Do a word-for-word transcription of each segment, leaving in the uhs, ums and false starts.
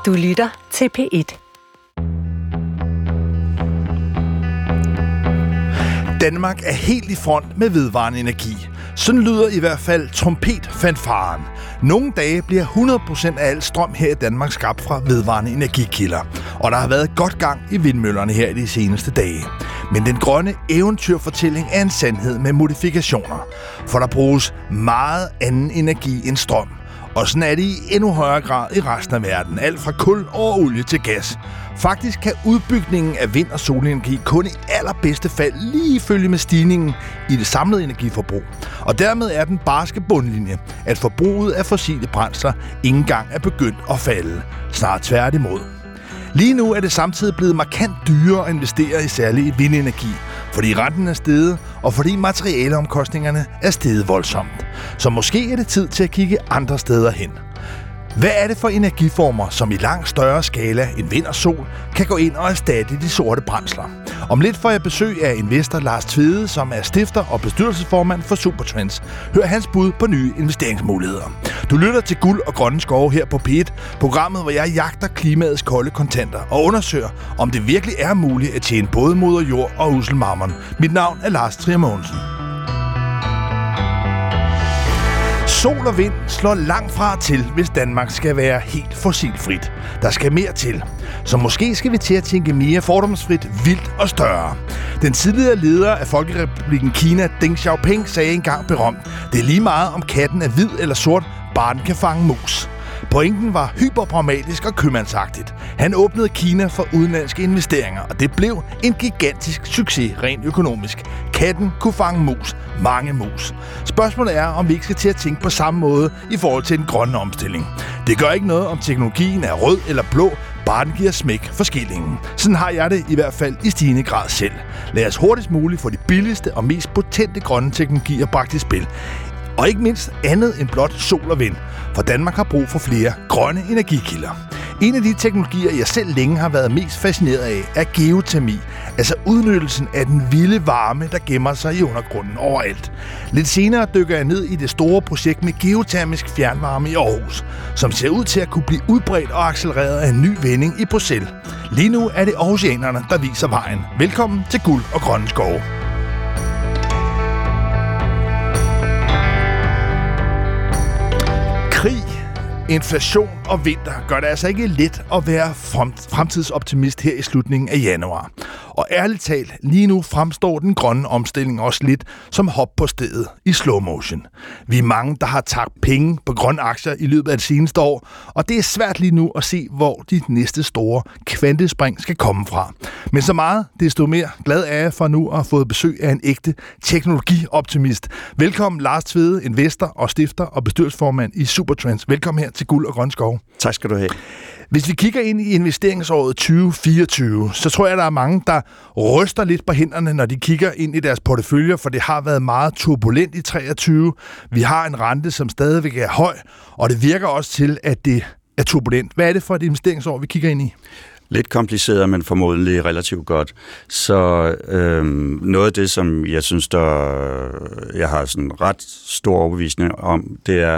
Du lytter til P et. Danmark er helt i front med vedvarende energi. Sådan lyder i hvert fald trompetfanfaren. Nogle dage bliver hundrede procent af al strøm her i Danmark skabt fra vedvarende energikilder. Og der har været godt gang i vindmøllerne her i de seneste dage. Men den grønne eventyrfortælling er en sandhed med modifikationer. For der bruges meget anden energi end strøm. Og sådan er det i endnu højere grad i resten af verden. Alt fra kul over olie til gas. Faktisk kan udbygningen af vind- og solenergi kun i allerbedste fald lige følge med stigningen i det samlede energiforbrug. Og dermed er den barske bundlinje, at forbruget af fossile brændsler ikke engang er begyndt at falde. Snart tværtimod. Lige nu er det samtidig blevet markant dyrere at investere i særlig vindenergi, fordi renten er steget, og fordi materialeomkostningerne er steget voldsomt. Så måske er det tid til at kigge andre steder hen. Hvad er det for energiformer, som i langt større skala end vind og sol kan gå ind og erstatte de sorte brændsler? Om lidt får jeg besøg af investor Lars Tvede, som er stifter og bestyrelsesformand for Supertrends. Hør hans bud på nye investeringsmuligheder. Du lytter til Guld og Grønne Skove her på P et, programmet, hvor jeg jagter klimaets kolde kontanter og undersøger, om det virkelig er muligt at tjene både moder jord og usel mammon. Mit navn er Lars Trier Mogensen. Sol og vind slår langt fra til, hvis Danmark skal være helt fossilfrit. Der skal mere til. Så måske skal vi til at tænke mere fordomsfrit, vildt og større. Den tidligere leder af Folkerepublikken Kina, Deng Xiaoping, sagde engang berømt: det er lige meget om katten er hvid eller sort, bare den kan fange mus. Pointen var hyperpragmatisk og købmandsagtigt. Han åbnede Kina for udenlandske investeringer, og det blev en gigantisk succes rent økonomisk. Katten kunne fange mus. Mange mus. Spørgsmålet er, om vi ikke skal til at tænke på samme måde i forhold til den grønne omstilling. Det gør ikke noget, om teknologien er rød eller blå, bare den giver smæk for skillingen. Sådan har jeg det i hvert fald i stigende grad selv. Lad os hurtigst muligt få de billigste og mest potente grønne teknologier bragt i spil. Og ikke mindst andet end blot sol og vind, for Danmark har brug for flere grønne energikilder. En af de teknologier, jeg selv længe har været mest fascineret af, er geotermi, altså udnyttelsen af den vilde varme, der gemmer sig i undergrunden overalt. Lidt senere dykker jeg ned i det store projekt med geotermisk fjernvarme i Aarhus, som ser ud til at kunne blive udbredt og accelereret af en ny vending i Bruxelles. Lige nu er det aarhusianerne, der viser vejen. Velkommen til Guld og Grønne Skove. Krig, inflation og vinter gør det altså ikke let at være fremtidsoptimist her i slutningen af januar. Og ærligt talt, lige nu fremstår den grønne omstilling også lidt som hop på stedet i slow motion. Vi er mange, der har tabt penge på grønne aktier i løbet af det seneste år, og det er svært lige nu at se, hvor de næste store kvantespring skal komme fra. Men så meget, desto mere glad er jeg for nu at have fået besøg af en ægte teknologioptimist. Velkommen Lars Tvede, investor og stifter og bestyrelsesformand i Supertrends. Velkommen her til Guld og Grønne Skove. Tak skal du have. Hvis vi kigger ind i investeringsåret tyve fireogtyve, så tror jeg, der er mange, der ryster lidt på hænderne, når de kigger ind i deres porteføljer, for det har været meget turbulent i treogtyve. Vi har en rente, som stadigvæk er høj, og det virker også til, at det er turbulent. Hvad er det for et investeringsår, vi kigger ind i? Lidt kompliceret, men formodentlig relativt godt. Så øhm, noget af det, som jeg synes, der jeg har sådan ret stor overbevisning om, det er,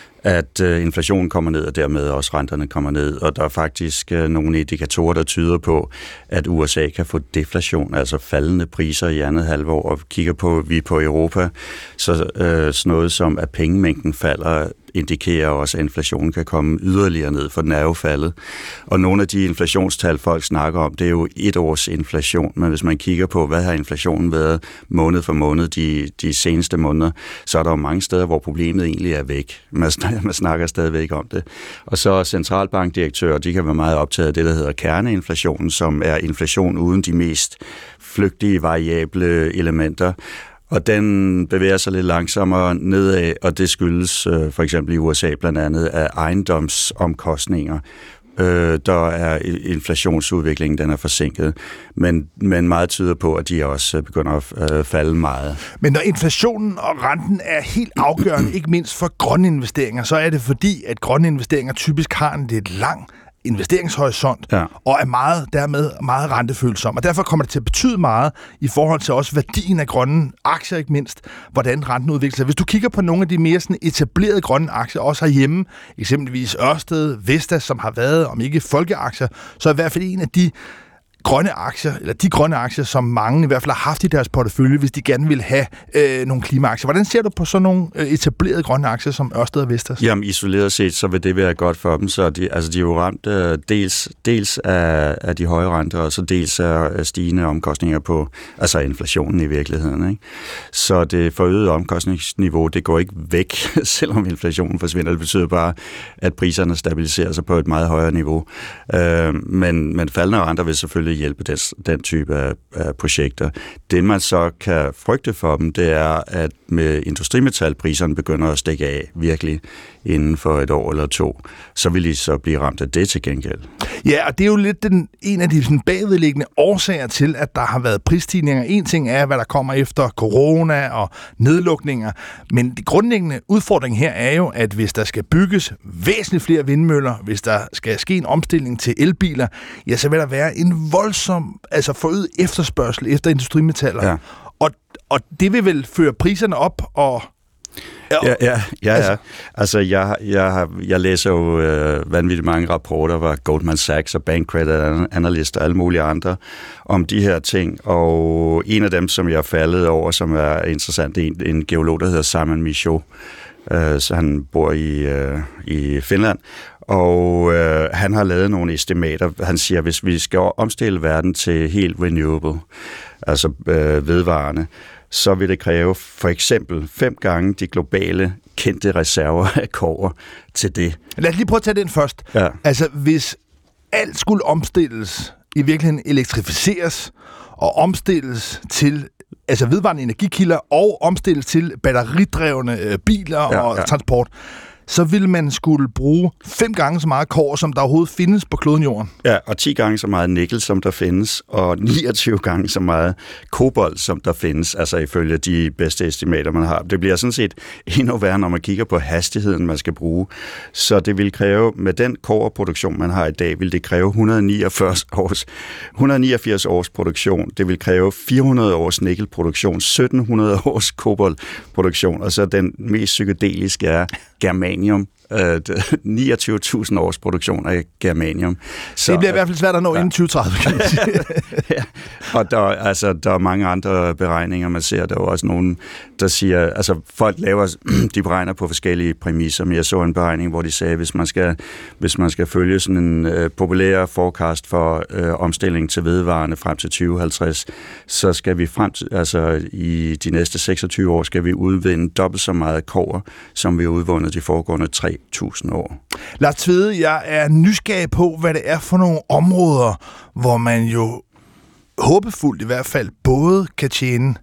at øh, inflationen kommer ned, og dermed også renterne kommer ned. Og der er faktisk øh, nogle indikatorer, der tyder på, at U S A kan få deflation, altså faldende priser i andet halvår. Og kigger på, vi på Europa, så øh, sådan noget som, at pengemængden falder, indikerer også, at inflationen kan komme yderligere ned, for den er jo faldet. Og nogle af de inflationstal, folk snakker om, det er jo et års inflation, men hvis man kigger på, hvad har inflationen været måned for måned de, de seneste måneder, så er der jo mange steder, hvor problemet egentlig er væk. Man snakker, man snakker stadigvæk om det. Og så centralbankdirektører, de kan være meget optaget af det, der hedder kerneinflationen, som er inflation uden de mest flygtige, variable elementer. Og den bevæger sig lidt langsommere nedad, og det skyldes øh, for eksempel i U S A blandt andet af ejendomsomkostninger. Øh, der er inflationsudviklingen, den er forsinket, men, men meget tyder på, at de også begynder at øh, falde meget. Men når inflationen og renten er helt afgørende, ikke mindst for grønne investeringer, så er det fordi, at grønne investeringer typisk har en lidt lang investeringshorisont, ja. og er meget, dermed meget rentefølsom. Og derfor kommer det til at betyde meget i forhold til også værdien af grønne aktier, ikke mindst, hvordan renten udvikler sig. Hvis du kigger på nogle af de mere sådan etablerede grønne aktier, også herhjemme, eksempelvis Ørsted, Vestas, som har været, om ikke folkeaktier, så er i hvert fald en af de grønne aktier, eller de grønne aktier, som mange i hvert fald har haft i deres portefølje, hvis de gerne vil have øh, nogle klimaaktier. Hvordan ser du på sådan nogle øh, etablerede grønne aktier som Ørsted og Vestas? Jamen isoleret set, så vil det være godt for dem, så de, altså, de er jo ramt øh, dels, dels af, af de høje renter, og så dels af stigende omkostninger på, altså inflationen i virkeligheden, ikke? Så det forøgede omkostningsniveau, det går ikke væk, selvom inflationen forsvinder. Det betyder bare, at priserne stabiliserer sig på et meget højere niveau. Øh, men, men faldende renter vil selvfølgelig hjælpe den, den type af, af projekter. Det, man så kan frygte for dem, det er, at med industrimetalpriserne begynder at stikke af virkelig inden for et år eller to, så vil de så blive ramt af det til gengæld. Ja, og det er jo lidt den, en af de sådan, bagvedliggende årsager til, at der har været prisstigninger. En ting er, hvad der kommer efter corona og nedlukninger, men de grundlæggende udfordring her er jo, at hvis der skal bygges væsentligt flere vindmøller, hvis der skal ske en omstilling til elbiler, ja, så vil der være en voldsom, altså forøget efterspørgsel efter industrimetaller. Ja. Og, og det vil vel føre priserne op og Ja, ja, ja, ja. Altså, altså jeg, jeg, jeg læser jo øh, vanvittigt mange rapporter fra Goldman Sachs og Bank Credit Analyst og alle mulige andre om de her ting, og en af dem, som jeg er faldet over, som er interessant, det er en, en geolog, der hedder Simon Michaud, øh, så han bor i, øh, i Finland, og øh, han har lavet nogle estimater. Han siger, at hvis vi skal omstille verden til helt renewable, altså øh, vedvarende, så vil det kræve for eksempel fem gange de globale kendte reserver af kobber til det. Lad os lige prøve at tage den først. Ja. Altså, hvis alt skulle omstilles, i virkeligheden elektrificeres og omstilles til altså vedvarende energikilder og omstilles til batteridrevne øh, biler ja, og ja. transport, så vil man skulle bruge fem gange så meget kobber, som der overhovedet findes på kloden Jorden. Ja, og ti gange så meget nikkel, som der findes, og niogtyve gange så meget kobolt, som der findes, altså ifølge de bedste estimater, man har. Det bliver sådan set endnu værre, når man kigger på hastigheden, man skal bruge. Så det vil kræve, med den kobberproduktion, man har i dag, vil det kræve et hundrede og niogfirs års, et hundrede og niogfirs års produktion. Det vil kræve fire hundrede års nikkelproduktion, sytten hundrede års koboltproduktion, og så den mest psykedeliske er germanium. niogtyve tusind års produktion af germanium. Så, det bliver i hvert fald svært at nå ja. inden tyve tredive, kan man sige. Ja. Og der, altså, der er mange andre beregninger, man ser. Der er også nogen, der siger, altså folk laver, de beregner på forskellige præmisser, men jeg så en beregning, hvor de sagde, hvis man skal, hvis man skal følge sådan en uh, populær forecast for uh, omstilling til vedvarende frem til tyve halvtreds, så skal vi frem til, altså i de næste seksogtyve år, skal vi udvinde dobbelt så meget kobber, som vi har udvundet de foregående tre tusind år. Lars Tvede, jeg er nysgerrig på, hvad det er for nogle områder, hvor man jo håbefuldt i hvert fald både kan tjene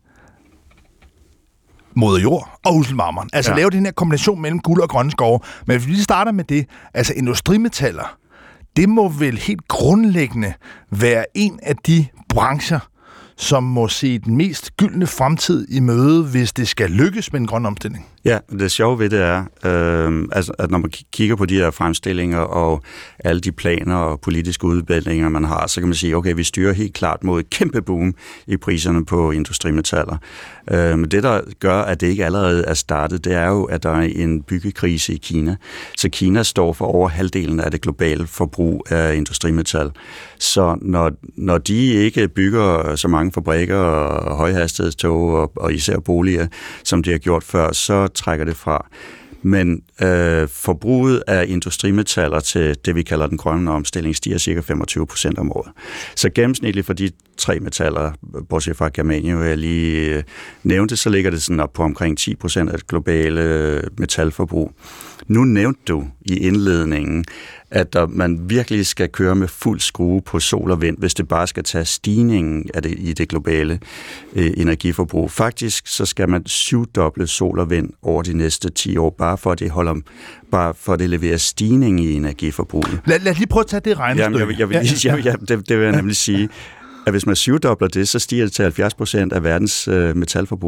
moder jord og husselmarmeren. Altså ja. lave den her kombination mellem guld og grønne skove. Men hvis vi lige starter med det, altså industrimetaller, det må vel helt grundlæggende være en af de brancher, som må se den mest gyldne fremtid i møde, hvis det skal lykkes med en grøn omstilling. Ja, det sjove ved det er, øh, altså, at når man kigger på de her fremstillinger og alle de planer og politiske udbældinger, man har, så kan man sige, okay, vi styrer helt klart mod et kæmpe boom i priserne på industrimetaller. Øh, men det, der gør, at det ikke allerede er startet, det er jo, at der er en byggekrise i Kina. Så Kina står for over halvdelen af det globale forbrug af industrimetal. Så når, når de ikke bygger så mange fabrikker og højhastighedstog og, og især boliger, som de har gjort før, så trækker det fra. Men øh, forbruget af industrimetaller til det, vi kalder den grønne omstilling, stiger cirka femogtyve procent om året. Så gennemsnitligt for de tre metaller, bortset fra germanium, jeg lige øh, nævnte, så ligger det sådan op på omkring ti procent af det globale metalforbrug. Nu nævnte du i indledningen, at der, man virkelig skal køre med fuld skrue på sol og vind, hvis det bare skal tage stigningen af det, i det globale øh, energiforbrug. Faktisk så skal man syvdoble sol og vind over de næste ti år, bare for at det holder, bare for at det leverer stigning i energiforbruget. Lad, lad os lige prøve at tage det regnestykke. Jamen, jeg, jeg, jeg, jeg, jeg, det, det vil jeg nemlig sige, at hvis man syvdobler det, så stiger det til halvfjerds procent af verdens øh, metalforbrug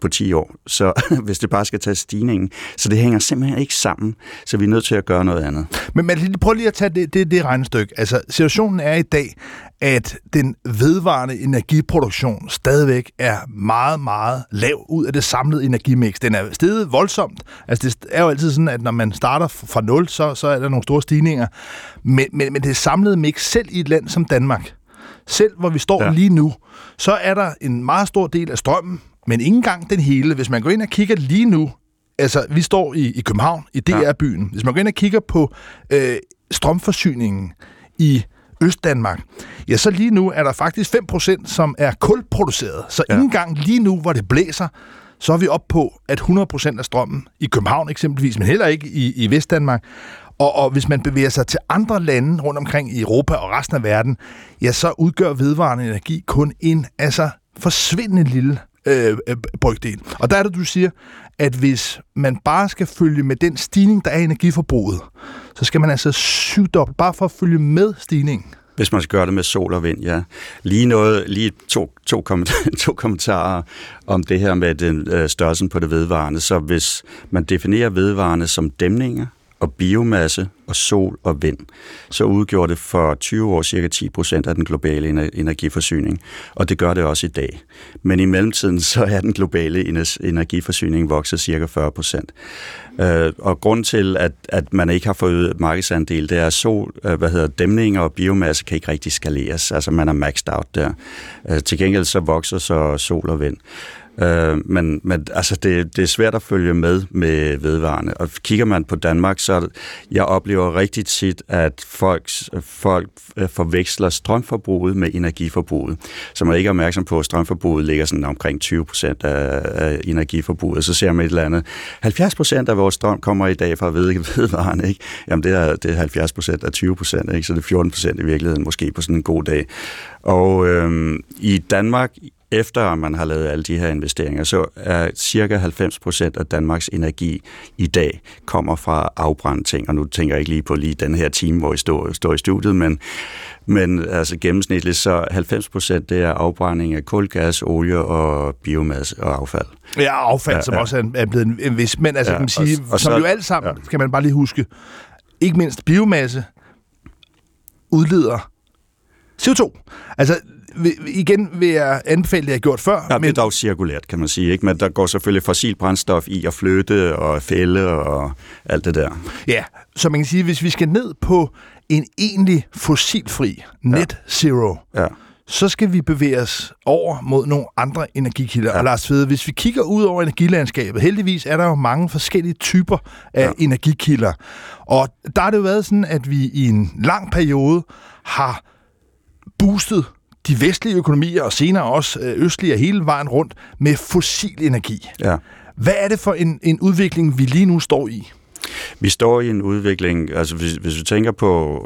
på ti år, så hvis det bare skal tage stigningen. Så det hænger simpelthen ikke sammen, så vi er nødt til at gøre noget andet. Men, men prøv lige at tage det, det, det regnestykke. Altså, situationen er i dag, at den vedvarende energiproduktion stadigvæk er meget, meget lav ud af det samlede energimix. Den er steget voldsomt. Altså, det er jo altid sådan, at når man starter fra nul, så, så er der nogle store stigninger. Men, men, men det samlede mix, selv i et land som Danmark, selv hvor vi står ja. lige nu, så er der en meget stor del af strømmen, men ikke engang den hele. Hvis man går ind og kigger lige nu, altså vi står i, i København, i D R-byen. Hvis man går ind og kigger på øh, strømforsyningen i Østdanmark, ja, så lige nu er der faktisk fem procent, som er kulproduceret. Så ja. ikke engang lige nu, hvor det blæser, så er vi oppe på, at hundrede procent af strømmen i København eksempelvis, men heller ikke i, i Vestdanmark. Og, og hvis man bevæger sig til andre lande rundt omkring i Europa og resten af verden, ja, så udgør vedvarende energi kun en altså forsvindende lille øh, øh, brøkdel. Og der er det, du siger, at hvis man bare skal følge med den stigning, der er i energiforbruget, så skal man altså syvdoble, bare for at følge med stigningen. Hvis man skal gøre det med sol og vind, ja. Lige noget, lige to, to, kommentarer, to kommentarer om det her med den øh, størrelsen på det vedvarende. Så hvis man definerer vedvarende som dæmninger og biomasse og sol og vind, så udgjorde det for tyve år cirka ti procent af den globale energiforsyning, og det gør det også i dag. Men i mellemtiden så er den globale energiforsyning vokset cirka fyrre procent. Og grund til, at, at man ikke har fået markedsandel, det er, at sol, hvad hedder, dæmninger og biomasse kan ikke rigtig skaleres, altså man er maxed out der. Til gengæld så vokser så sol og vind. Øh, men men altså det, det er svært at følge med med vedvarende. Og kigger man på Danmark, så jeg oplever rigtig tit, at folk, folk forveksler strømforbruget med energiforbruget. Så man ikke er opmærksom på, at strømforbruget ligger sådan omkring tyve procent af, af energiforbruget. Så ser man et eller andet. halvfjerds procent af vores strøm kommer i dag fra vedvarende, ikke? Jamen det er, det er halvfjerds procent af tyve procent, ikke? Så det er fjorten procent i virkeligheden, måske på sådan en god dag. Og øhm, i Danmark, efter man har lavet alle de her investeringer, så er cirka halvfems procent af Danmarks energi i dag kommer fra afbrændte ting. Og nu tænker jeg ikke lige på lige den her time, hvor I står, står i studiet, men, men altså gennemsnitligt så halvfems procent det er afbrænding af kul, gas, olie og biomasse og affald. Ja, affald, ja, som ja. også er blevet en, en vis, men altså ja, kan man sige, og, og som så, jo alt sammen, ja. skal man bare lige huske, ikke mindst biomasse udleder C O to. Altså igen vil jeg anbefale, det jeg har gjort før. Ja, men det er dog cirkulært, kan man sige, ikke? Men der går selvfølgelig fossil brændstof i at flytte og fælde og alt det der. Ja, så man kan sige, hvis vi skal ned på en egentlig fossilfri net zero, ja. så skal vi bevæge os over mod nogle andre energikilder. Ja. Og Lars Tvede, hvis vi kigger ud over energilandskabet, heldigvis er der jo mange forskellige typer af ja. energikilder. Og der har det jo været sådan, at vi i en lang periode har boostet de vestlige økonomier, og senere også østlige og hele vejen rundt, med fossil energi. Ja. Hvad er det for en, en udvikling, vi lige nu står i? Vi står i en udvikling, altså hvis, hvis vi tænker på,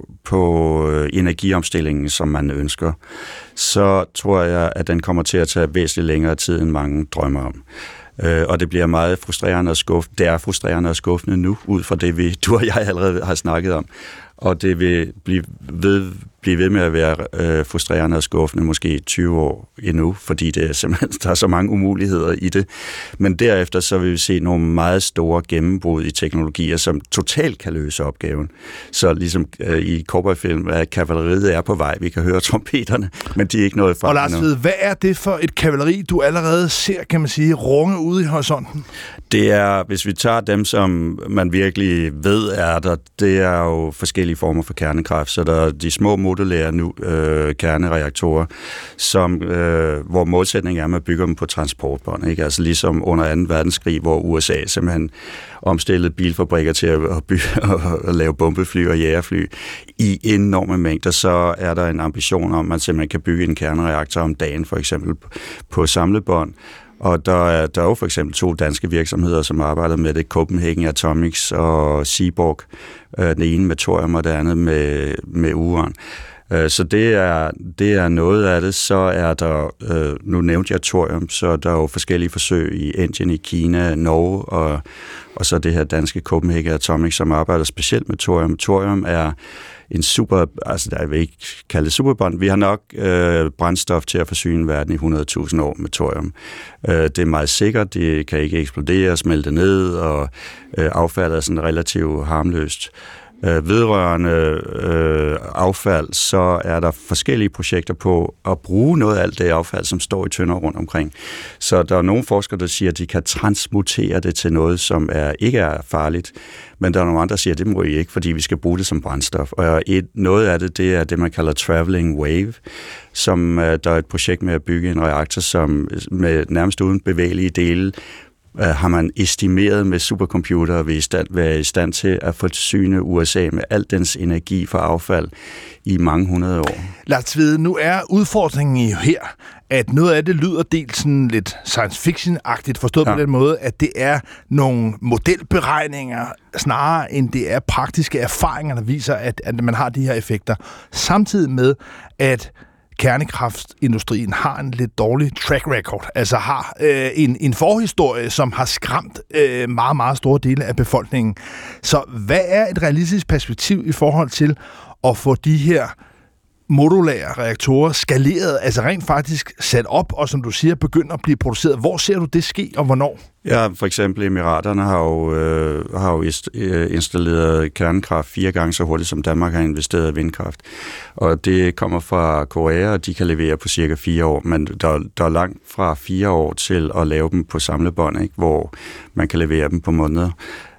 på energiomstillingen, som man ønsker, så tror jeg, at den kommer til at tage væsentligt længere tid, end mange drømmer om. Øh, og det bliver meget frustrerende og skuffende. Det er frustrerende og skuffende nu, ud fra det, vi, du og jeg allerede har snakket om. Og det vil blive ved, blive ved med at være øh, frustrerende og skuffende måske tyve år endnu, fordi det er simpelthen, der er så mange umuligheder i det. Men derefter så vil vi se nogle meget store gennembrud i teknologier, som totalt kan løse opgaven. Så ligesom øh, i cowboyfilm, at kavaleriet er på vej. Vi kan høre trompeterne, men de er ikke nået frem. Og Lars Tvede, hvad er det for et kavaleri, du allerede ser, kan man sige, runge ude i horisonten? Det er, hvis vi tager dem, som man virkelig ved er der, det er jo forskellige former for kernekraft. Så der er de små modulære nu, øh, kernereaktorer, som, øh, hvor målsætningen er, at man bygger dem på transportbånd. Ikke? Altså ligesom under anden verdenskrig, hvor U S A simpelthen omstillede bilfabrikker til at, bygge, at lave bombefly og jægerfly i enorme mængder, så er der en ambition om, at man simpelthen kan bygge en kernereaktor om dagen, for eksempel på samlebånd. Og der er, der er jo for eksempel to danske virksomheder, som arbejder med det, Copenhagen Atomics og Seaborg, den ene med thorium og det andet med, med uran. Så det er, det er noget af det. Så er der, nu nævnte jeg thorium, så der er jo forskellige forsøg i Indien, i Kina, Norge, og, og så det her danske Copenhagen Atomic, som arbejder specielt med thorium. Thorium er en super, altså der vil ikke kalde det superbond. Vi har nok øh, brændstof til at forsyne verden i hundrede tusind år med thorium. Øh, det er meget sikkert, det kan ikke eksplodere, smelte ned, og øh, affaldet er sådan relativt harmløst. Øh, vedrørende øh, affald, så er der forskellige projekter på at bruge noget af alt det affald, som står i tønder rundt omkring. Så der er nogle forskere, der siger, at de kan transmutere det til noget, som er, ikke er farligt, men der er nogle andre, der siger, at det må I ikke, fordi vi skal bruge det som brændstof. Og et, noget af det, det er det, man kalder traveling wave, som øh, der er et projekt med at bygge en reaktor, som med nærmest uden bevægelige dele, har man estimeret med supercomputere vil i stand, være i stand til at forsyne U S A med al dens energi for affald i mange hundrede år. Lars Tvede, nu er udfordringen jo her, at noget af det lyder dels sådan lidt science fiction-agtigt, forstået ja. På den måde, at det er nogle modelberegninger snarere end det er praktiske erfaringer, der viser, at, at man har de her effekter. Samtidig med, at kernekraftindustrien har en lidt dårlig track record, altså har øh, en, en forhistorie, som har skræmt øh, meget, meget store dele af befolkningen. Så hvad er et realistisk perspektiv i forhold til at få de her modulære reaktorer skaleret, altså rent faktisk sat op, og som du siger, begynder at blive produceret? Hvor ser du det ske, og hvornår? Ja, for eksempel Emiraterne har jo, øh, har jo installeret kernekraft fire gange så hurtigt, som Danmark har investeret i vindkraft. Og det kommer fra Korea, og de kan levere på cirka fire år, men der, der er langt fra fire år til at lave dem på samlebånd, ikke? Hvor man kan levere dem på måneder.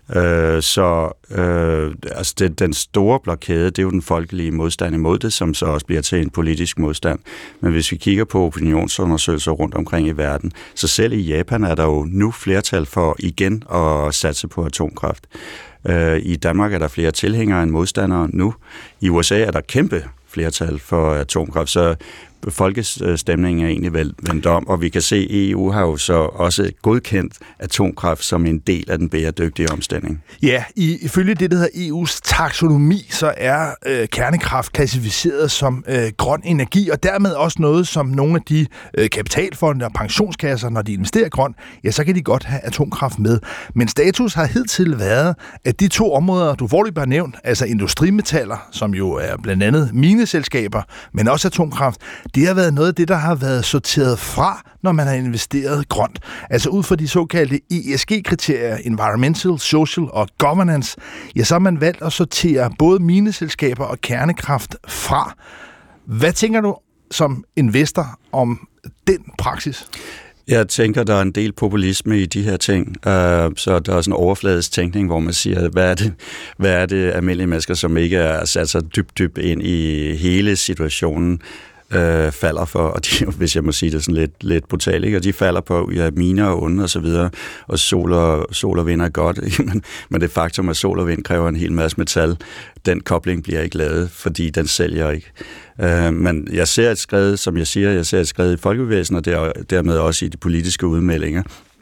Øh, så øh, altså det, den store blokade, det er jo den folkelige modstand imod det, som så også bliver til en politisk modstand. Men hvis vi kigger på opinionsundersøgelser rundt omkring i verden, så selv i Japan er der jo nu flertal for igen at satse på atomkraft. Øh, I Danmark er der flere tilhængere end modstandere nu. I U S A er der kæmpe flertal for atomkraft, så folkestemningen er egentlig vendt om, og vi kan se, at E U har jo så også godkendt atomkraft som en del af den bæredygtige omstilling. Ja, ifølge det, der hedder E U's taksonomi, så er øh, kernekraft klassificeret som øh, grøn energi, og dermed også noget, som nogle af de øh, kapitalfonde og pensionskasser, når de investerer grønt, ja, så kan de godt have atomkraft med. Men status har hidtil været, at de to områder, du foreløbig har nævnt, altså industrimetaller, som jo er blandt andet mineselskaber, men også atomkraft, det har været noget af det, der har været sorteret fra, når man har investeret grønt. Altså ud fra de såkaldte E S G-kriterier, Environmental, Social og Governance, ja, så har man valgt at sortere både mineselskaber og kernekraft fra. Hvad tænker du som investor om den praksis? Jeg tænker, der er en del populisme i de her ting, uh, så der er sådan en overfladisk tænkning, hvor man siger, hvad er det, hvad er det almindelige mennesker, som ikke er sat sig dybt, dybt ind i hele situationen, øh, falder for, og de, hvis jeg må sige det sådan lidt, lidt brutalt, ikke? Og de falder på, ja, miner og onde og så videre, og sol og, sol og vind er godt, ikke? Men, men det faktum, at sol og vind kræver en hel masse metal, den kobling bliver ikke lavet, fordi den sælger ikke. Øh, men jeg ser et skred, som jeg siger, jeg ser et skred i folkebevægelsen, og der, dermed også i de politiske udmeldinger.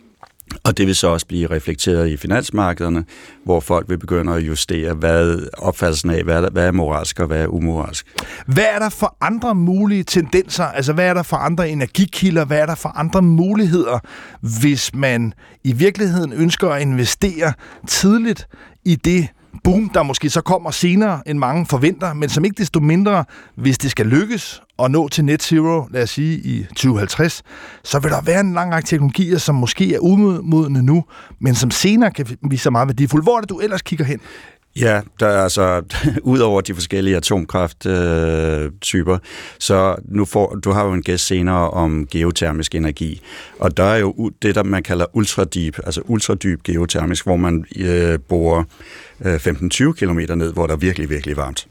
Og det vil så også blive reflekteret i finansmarkederne, hvor folk vil begynde at justere, hvad opfattelsen af, hvad er, hvad er moralsk og hvad er umoralsk. Hvad er der for andre mulige tendenser? Altså, hvad er der for andre energikilder? Hvad er der for andre muligheder, hvis man i virkeligheden ønsker at investere tidligt i det boom, der måske så kommer senere, end mange forventer, men som ikke desto mindre, hvis det skal lykkes at nå til net zero, lad os sige i tyve halvtreds, så vil der være en lang række teknologier, som måske er umodne nu, men som senere kan vise sig meget værdifulde. Hvor er det, du ellers kigger hen? Ja, der er altså, ud over de forskellige atomkrafttyper, øh, så nu får, du har jo en gæst senere om geotermisk energi, og der er jo det, der man kalder ultradyb, altså ultradyb geotermisk, hvor man øh, borer øh, femten til tyve kilometer ned, hvor der er virkelig, virkelig varmt.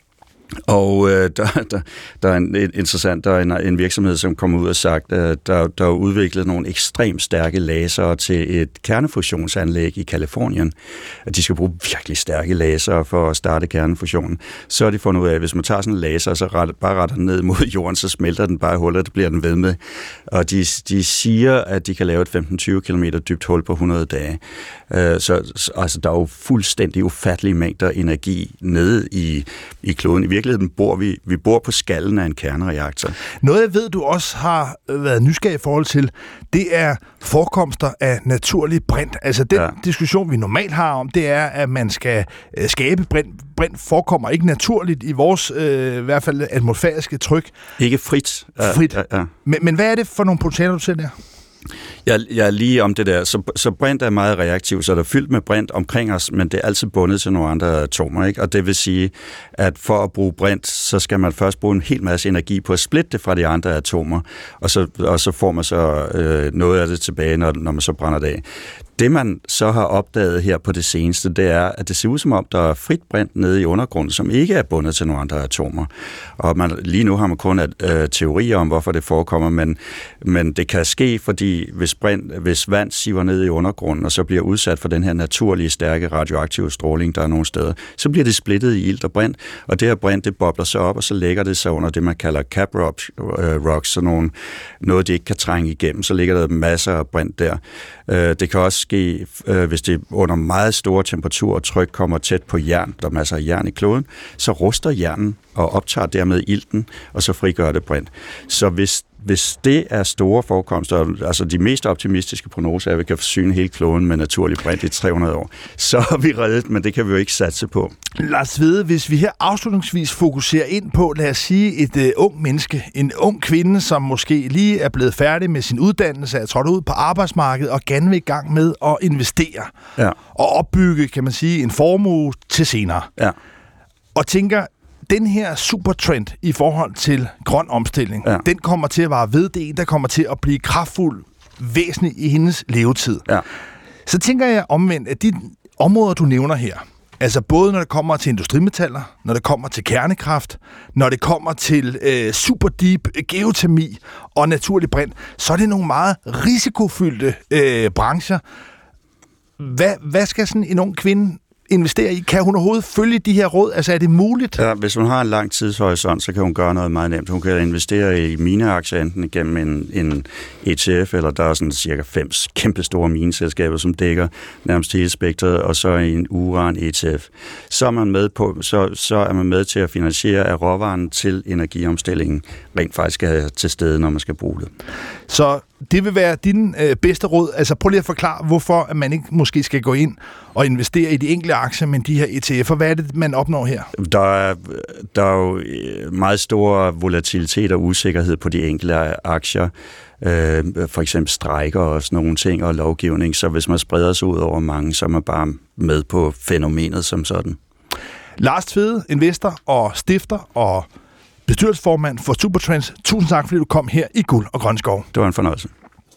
Og øh, der, der, der er en, interessant, der er en, en virksomhed, som kommer ud og sagt, at der, der er udviklet nogle ekstremt stærke laser til et kernefusionsanlæg i Kalifornien. At de skal bruge virkelig stærke laser for at starte kernefusionen. Så har de fundet ud af, at hvis man tager sådan en laser, så ret, bare retter den ned mod jorden, så smelter den bare i hullet, det bliver den ved med. Og de, de siger, at de kan lave et femten til tyve kilometer dybt hul på hundrede dage. Øh, så altså, der er jo fuldstændig ufattelige mængder energi nede i, i kloden. I virkeligheden bor vi, vi bor på skallen af en kernereaktor. Noget, jeg ved, du også har været nysgerrig i forhold til, det er forekomster af naturlig brint. Altså den ja. diskussion, vi normalt har om, det er, at man skal skabe brint. Brint forekommer ikke naturligt i vores, øh, i hvert fald atmosfæriske tryk. Ikke frit. Frit. Ja, ja. Men, men hvad er det for nogle potentialer, du ser der? Jeg, jeg er lige om det der. Så, så brint er meget reaktiv, så der er fyldt med brint omkring os, men det er altid bundet til nogle andre atomer, ikke? Og det vil sige, at for at bruge brint, så skal man først bruge en hel masse energi på at splitte det fra de andre atomer, og så, og så får man så øh, noget af det tilbage, når, når man så brænder det af. Det, man så har opdaget her på det seneste, det er, at det ser ud som om, der er frit brint nede i undergrunden, som ikke er bundet til nogle andre atomer. Og man, lige nu har man kun øh, teorier om, hvorfor det forekommer, men, men det kan ske, fordi hvis, brint, hvis vand siver ned i undergrunden, og så bliver udsat for den her naturlige, stærke radioaktive stråling, der er nogle steder, så bliver det splittet i ilt og brint, og det her brint, det bobler sig op, og så lægger det sig under det, man kalder cap rocks, øh, rocks, så nogle, noget, de ikke kan trænge igennem, så ligger der masser af brint der. Øh, det kan også ske, øh, hvis det under meget store temperatur og tryk kommer tæt på jern, der er masser af jern i kloden, så ruster jernen og optager dermed ilten, og så frigør det brint. Så hvis, hvis det er store forekomster, altså de mest optimistiske prognoser er, at vi kan forsyne hele kloden med naturlig brint i tre hundrede år, så er vi reddet, men det kan vi jo ikke satse på. Lars Tvede, hvis vi her afslutningsvis fokuserer ind på, lad os sige, et uh, ung menneske, en ung kvinde, som måske lige er blevet færdig med sin uddannelse, er trådt ud på arbejdsmarkedet og gerne vil i gang med at investere ja. og opbygge, kan man sige, en formue til senere. Ja. Og tænker, den her supertrend i forhold til grøn omstilling, ja. den kommer til at vare ved, det er en, der kommer til at blive kraftfuld væsentlig i hendes levetid. Ja. Så tænker jeg omvendt, at de områder, du nævner her, altså både når det kommer til industrimetaller, når det kommer til kernekraft, når det kommer til øh, superdeep geotermi og naturlig brint, så er det nogle meget risikofyldte øh, brancher. Hvad, hvad skal sådan en ung kvinde investere i? Kan hun overhovedet følge de her råd? Altså er det muligt? Ja, hvis hun har en lang tidshorisont, så kan hun gøre noget meget nemt. Hun kan investere i mineaktier enten igennem en, en E T F, eller der er sådan cirka fem kæmpestore mineselskaber, som dækker nærmest hele spektret, og så i en uran E T F. Så er man med på, så, så er man med til at finansiere, at råvaren til energiomstillingen rent faktisk er til stede, når man skal bruge det. Så det vil være din øh, bedste råd. Altså prøv lige at forklare, hvorfor at man ikke måske skal gå ind og investere i de enkelte aktier, men de her E T F'er. Hvad er det, man opnår her? Der er, der er jo meget stor volatilitet og usikkerhed på de enkelte aktier. Øh, for eksempel strejker og sådan nogle ting og lovgivning. Så hvis man spreder sig ud over mange, så er man bare med på fænomenet som sådan. Lars Tvede, investor og stifter og bestyrelsesformand for Supertrends. Tusind tak, fordi du kom her i Guld og Grøn Skov. Det var en fornøjelse.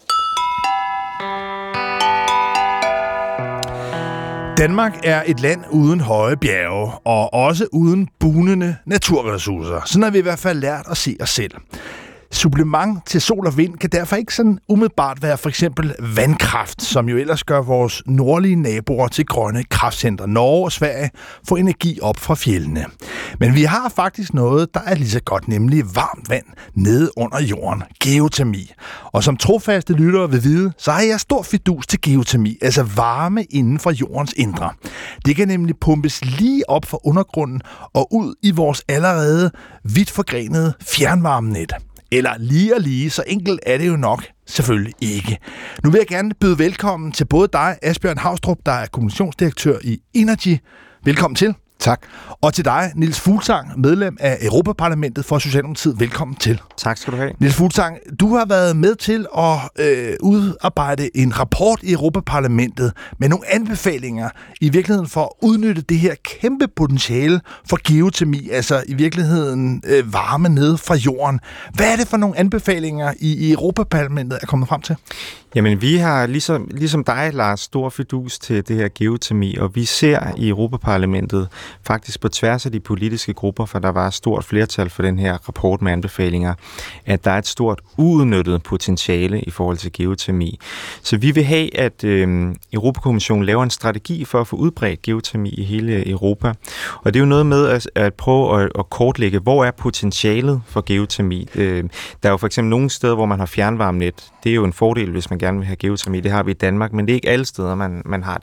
Danmark er et land uden høje bjerge, og også uden bugnende naturressourcer. Sådan har vi i hvert fald lært at se os selv. Supplement til sol og vind kan derfor ikke sådan umiddelbart være for eksempel vandkraft, som jo ellers gør vores nordlige naboer til grønne kraftcentre. Norge og Sverige får energi op fra fjellene. Men vi har faktisk noget, der er lige så godt, nemlig varmt vand nede under jorden. Geotermi. Og som trofaste lyttere vil vide, så har jeg stor fidus til geotermi, altså varme inden for jordens indre. Det kan nemlig pumpes lige op fra undergrunden og ud i vores allerede vidt forgrenede fjernvarmenet. Eller lige og lige, så enkelt er det jo nok selvfølgelig ikke. Nu vil jeg gerne byde velkommen til både dig, Asbjørn Haustrup, der er kommunikationsdirektør i Energy. Velkommen til. Tak. Og til dig, Niels Fuglsang, medlem af Europaparlamentet for Socialdemokratiet. Velkommen til. Tak skal du have. Niels Fuglsang, du har været med til at øh, udarbejde en rapport i Europaparlamentet med nogle anbefalinger i virkeligheden for at udnytte det her kæmpe potentiale for geotermi, altså i virkeligheden øh, varme ned fra jorden. Hvad er det for nogle anbefalinger, I, i Europaparlamentet er kommet frem til? Jamen, vi har ligesom, ligesom dig, Lars, stor fidus til det her geotermi, og vi ser i Europaparlamentet faktisk på tværs af de politiske grupper, for der var et stort flertal for den her rapport med anbefalinger, at der er et stort uudnyttet potentiale i forhold til geotermi. Så vi vil have, at øh, Europakommissionen laver en strategi for at få udbredt geotermi i hele Europa. Og det er jo noget med at, at prøve at, at kortlægge, hvor er potentialet for geotermi. Øh, der er jo for eksempel nogle steder, hvor man har fjernvarmenet. Det er jo en fordel, hvis man gerne vil have geotermi. Det har vi i Danmark, men det er ikke alle steder, man, man har det.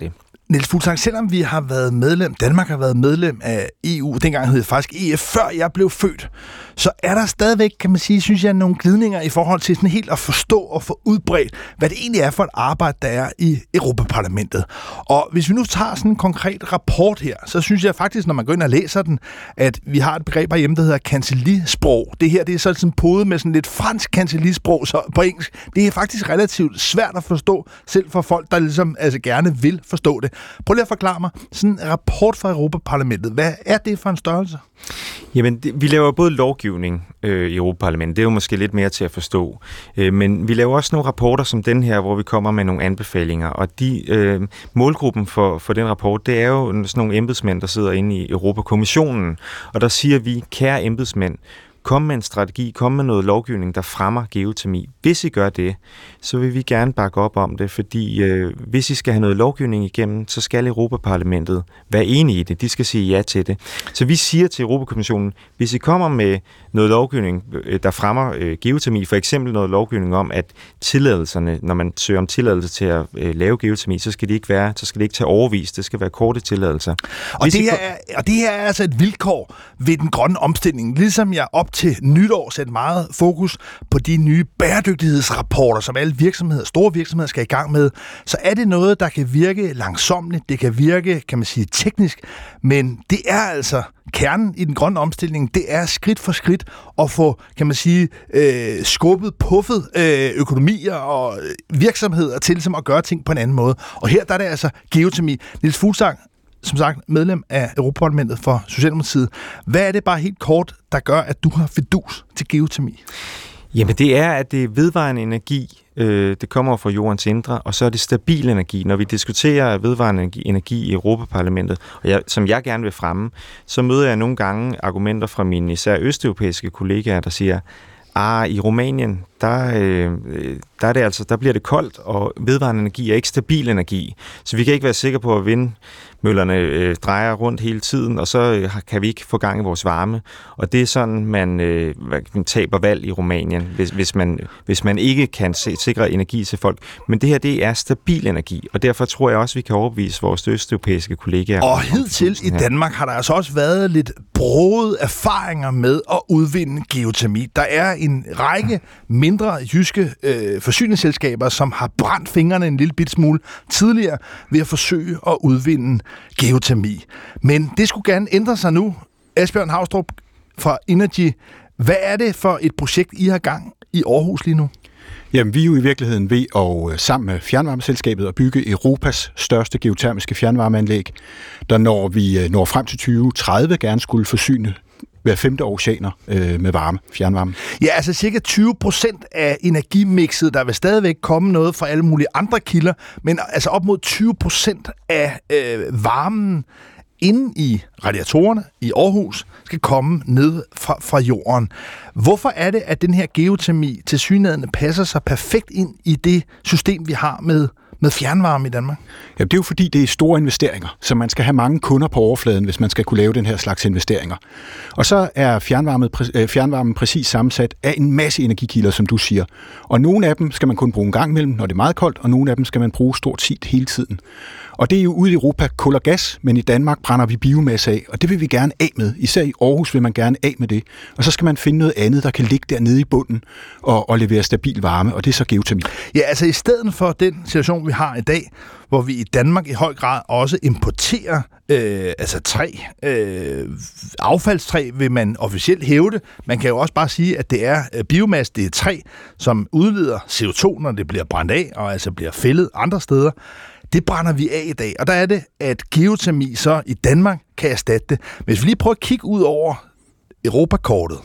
Niels Fuglsang, selvom vi har været medlem, Danmark har været medlem af E U, dengang hed det faktisk E F, før jeg blev født, så er der stadigvæk, kan man sige, synes jeg, nogle glidninger i forhold til sådan helt at forstå og få udbredt, hvad det egentlig er for et arbejde, der er i Europaparlamentet. Og hvis vi nu tager sådan en konkret rapport her, så synes jeg faktisk, når man går ind og læser den, at vi har et begreb herhjemme, der hedder kancellisprog. Det her, det er sådan en pode med sådan lidt fransk kancellisprog så på engelsk. Det er faktisk relativt svært at forstå, selv for folk, der ligesom altså gerne vil forstå det. Prøv lige at forklare mig, sådan en rapport fra Europaparlamentet, hvad er det for en størrelse? Jamen, det, vi laver både lovgivning øh, i Europaparlamentet, det er jo måske lidt mere til at forstå, øh, men vi laver også nogle rapporter som den her, hvor vi kommer med nogle anbefalinger, og de øh, målgruppen for, for den rapport, det er jo sådan nogle embedsmænd, der sidder inde i Europakommissionen, og der siger vi, kære embedsmænd, kom med en strategi, kom med noget lovgivning, der fremmer geotermi. Hvis I gør det, så vil vi gerne bakke op om det, fordi øh, hvis I skal have noget lovgivning igennem, så skal Europaparlamentet være enige i det. De skal sige ja til det. Så vi siger til Europakommissionen, hvis I kommer med noget lovgivning, der fremmer øh, geotermi, for eksempel noget lovgivning om, at tilladelserne, når man søger om tilladelse til at øh, lave geotermi, så skal det ikke være, så skal det ikke tage overvis, det skal være korte tilladelser. Og det, her er, og det her er altså et vilkår ved den grønne omstilling, ligesom jeg op til nytår sætte meget fokus på de nye bæredygtighedsrapporter, som alle virksomheder, store virksomheder skal i gang med, så er det noget, der kan virke langsomligt, det kan virke, kan man sige, teknisk, men det er altså kernen i den grønne omstilling, det er skridt for skridt at få, kan man sige, øh, skubbet, puffet øh, økonomier og virksomheder til som at gøre ting på en anden måde. Og her der er det altså geotermi. Niels Fuglsang, som sagt, medlem af Europaparlamentet for Socialdemokratiet. Hvad er det bare helt kort, der gør, at du har fidus til geotermi? Jamen det er, at det er vedvarende energi, øh, det kommer fra jordens indre, og så er det stabil energi. Når vi diskuterer vedvarende energi, energi i Europaparlamentet, og jeg, som jeg gerne vil fremme, så møder jeg nogle gange argumenter fra mine især østeuropæiske kollegaer, der siger, ah, i Rumænien, der, øh, der, er det altså, der bliver det koldt, og vedvarende energi er ikke stabil energi. Så vi kan ikke være sikre på, at vindmøllerne øh, drejer rundt hele tiden, og så øh, kan vi ikke få gang i vores varme. Og det er sådan, man, øh, man taber valg i Rumænien, hvis, hvis, man, hvis man ikke kan se, sikre energi til folk. Men det her, det er stabil energi, og derfor tror jeg også, vi kan overbevise vores østeuropæiske kollegaer. Og hidtil i Danmark har der altså også været lidt brogede erfaringer med at udvinde geotermi. Der er en række mindre jyske øh, forsyningsselskaber, som har brændt fingrene en lille bit smule tidligere ved at forsøge at udvinde geotermi. Men det skulle gerne ændre sig nu. Asbjørn Haustrup fra Innergy, hvad er det for et projekt, I har gang i Aarhus lige nu? Jamen, vi er jo i virkeligheden ved at sammen med fjernvarmeselskabet at bygge Europas største geotermiske fjernvarmeanlæg, der når vi når frem til tyve tredive gerne skulle forsyne hver femte oceaner øh, med varme, fjernvarme. Ja, altså cirka tyve procent af energimixet, der vil stadigvæk komme noget fra alle mulige andre kilder, men altså op mod tyve procent af øh, varmen inde i radiatorerne i Aarhus skal komme ned fra, fra jorden. Hvorfor er det, at den her geotermi tilsyneladende passer sig perfekt ind i det system, vi har med med fjernvarme i Danmark? Ja, det er jo fordi, det er store investeringer, så man skal have mange kunder på overfladen, hvis man skal kunne lave den her slags investeringer. Og så er fjernvarmen, fjernvarmen præcis sammensat af en masse energikilder, som du siger. Og nogle af dem skal man kun bruge en gang imellem, når det er meget koldt, og nogle af dem skal man bruge stort set hele tiden. Og det er jo ude i Europa kul og gas, men i Danmark brænder vi biomasse af, og det vil vi gerne af med. Især i Aarhus vil man gerne af med det. Og så skal man finde noget andet, der kan ligge dernede i bunden og, og levere stabil varme, og det er så geotermi. Ja, altså i stedet for den situation, vi har i dag, hvor vi i Danmark i høj grad også importerer øh, altså træ, øh, affaldstræ vil man officielt hævde. Man kan jo også bare sige, at det er øh, biomasse, det er træ, som udleder C O to, når det bliver brændt af, og altså bliver fældet andre steder. Det brænder vi af i dag, og der er det, at geotermi så i Danmark kan erstatte det. Hvis vi lige prøver at kigge ud over Europakortet,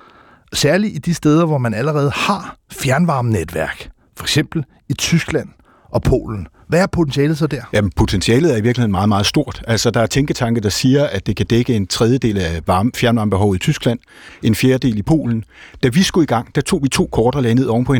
særligt i de steder, hvor man allerede har fjernvarmenetværk, for eksempel i Tyskland og Polen. Hvad er potentialet så der? Jamen, potentialet er i virkeligheden meget, meget stort. Altså, der er tænketanke, der siger, at det kan dække en tredjedel af varme, fjernvarmebehovet i Tyskland, en fjerdedel i Polen. Da vi skulle i gang, der tog vi to kort og lagde ned oven på hinanden.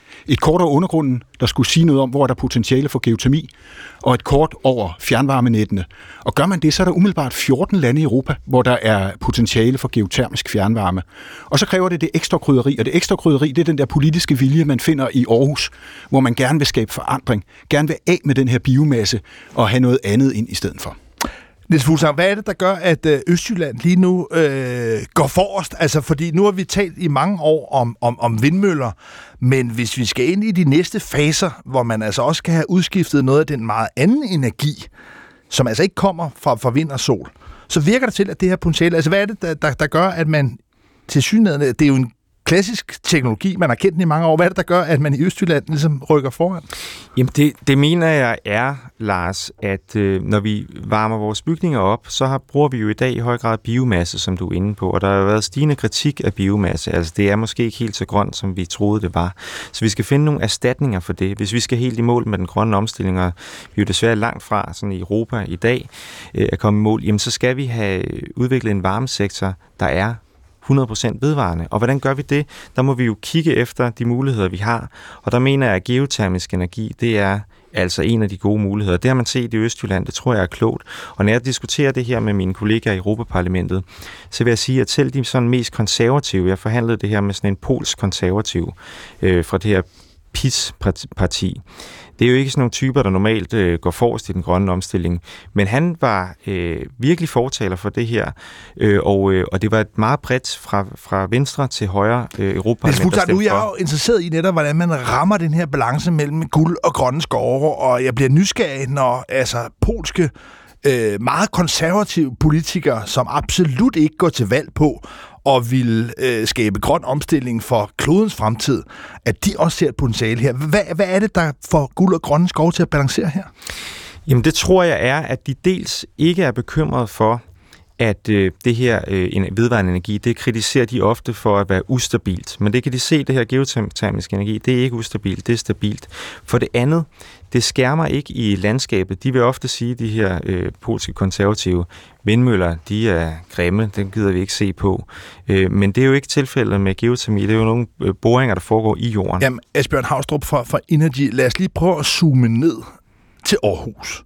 et kort over undergrunden, der skulle sige noget om, hvor er der potentiale for geotermi, og et kort over fjernvarmenettene. Og gør man det, så er der umiddelbart fjorten lande i Europa, hvor der er potentiale for geotermisk fjernvarme. Og så kræver det det ekstra krydderi, og det ekstra krydderi, det er den der politiske vilje, man finder i Aarhus, hvor man gerne vil skabe forandring, gerne vil af med den her biomasse og have noget andet ind i stedet for. Niels Fuglsang, hvad er det, der gør, at Østjylland lige nu øh, går forrest? Altså, fordi nu har vi talt i mange år om, om, om vindmøller, men hvis vi skal ind i de næste faser, hvor man altså også skal have udskiftet noget af den meget anden energi, som altså ikke kommer fra, fra vind og sol, så virker det til, at det her potentiale... Altså, hvad er det, der, der, der gør, at man til synligheden... Det er jo en klassisk teknologi, man har kendt den i mange år. Hvad er det, der gør, at man i Østjylland ligesom rykker foran? Jamen det, det mener jeg er, Lars, at øh, når vi varmer vores bygninger op, så har, bruger vi jo i dag i høj grad biomasse, som du er inde på, og der har været stigende kritik af biomasse. Altså det er måske ikke helt så grønt, som vi troede det var. Så vi skal finde nogle erstatninger for det. Hvis vi skal helt i mål med den grønne omstilling, og vi er jo desværre langt fra sådan i Europa i dag øh, at komme i mål, jamen så skal vi have udviklet en varmesektor, der er hundrede procent vedvarende. Og hvordan gør vi det? Der må vi jo kigge efter de muligheder, vi har. Og der mener jeg, at geotermisk energi, det er altså en af de gode muligheder. Det har man set i Østjylland, det tror jeg er klogt. Og når jeg diskuterer det her med mine kollegaer i Europaparlamentet, så vil jeg sige, at selv de sådan mest konservative, jeg forhandlede det her med sådan en polsk konservativ øh, fra det her P I S-parti. Det er jo ikke sådan nogle typer, der normalt øh, går forrest i den grønne omstilling, men han var øh, virkelig fortaler for det her, øh, og, øh, og det var et meget bredt fra, fra venstre til højre øh, Europaparlament. Nu er jeg jo interesseret i netop, hvordan man rammer den her balance mellem guld og grønne skove, og jeg bliver nysgerrig, når altså polske øh, meget konservative politikere, som absolut ikke går til valg på og vil øh, skabe grøn omstilling for klodens fremtid, at de også ser et potentiale her. Hvad, hvad er det, der får guld og grønne skove til at balancere her? Jamen det tror jeg er, at de dels ikke er bekymret for, at øh, det her øh, vedvarende energi, det kritiserer de ofte for at være ustabilt. Men det kan de se, det her geotermisk energi, det er ikke ustabilt, det er stabilt. For det andet, det skærmer ikke i landskabet. De vil ofte sige, de her øh, polske konservative vindmøller, de er grimme, dem gider vi ikke se på. Øh, men det er jo ikke tilfældet med geotermi, det er jo nogle øh, boringer, der foregår i jorden. Jamen, Asbjørn Haustrup fra, fra Energy, lad os lige prøve at zoome ned til Aarhus.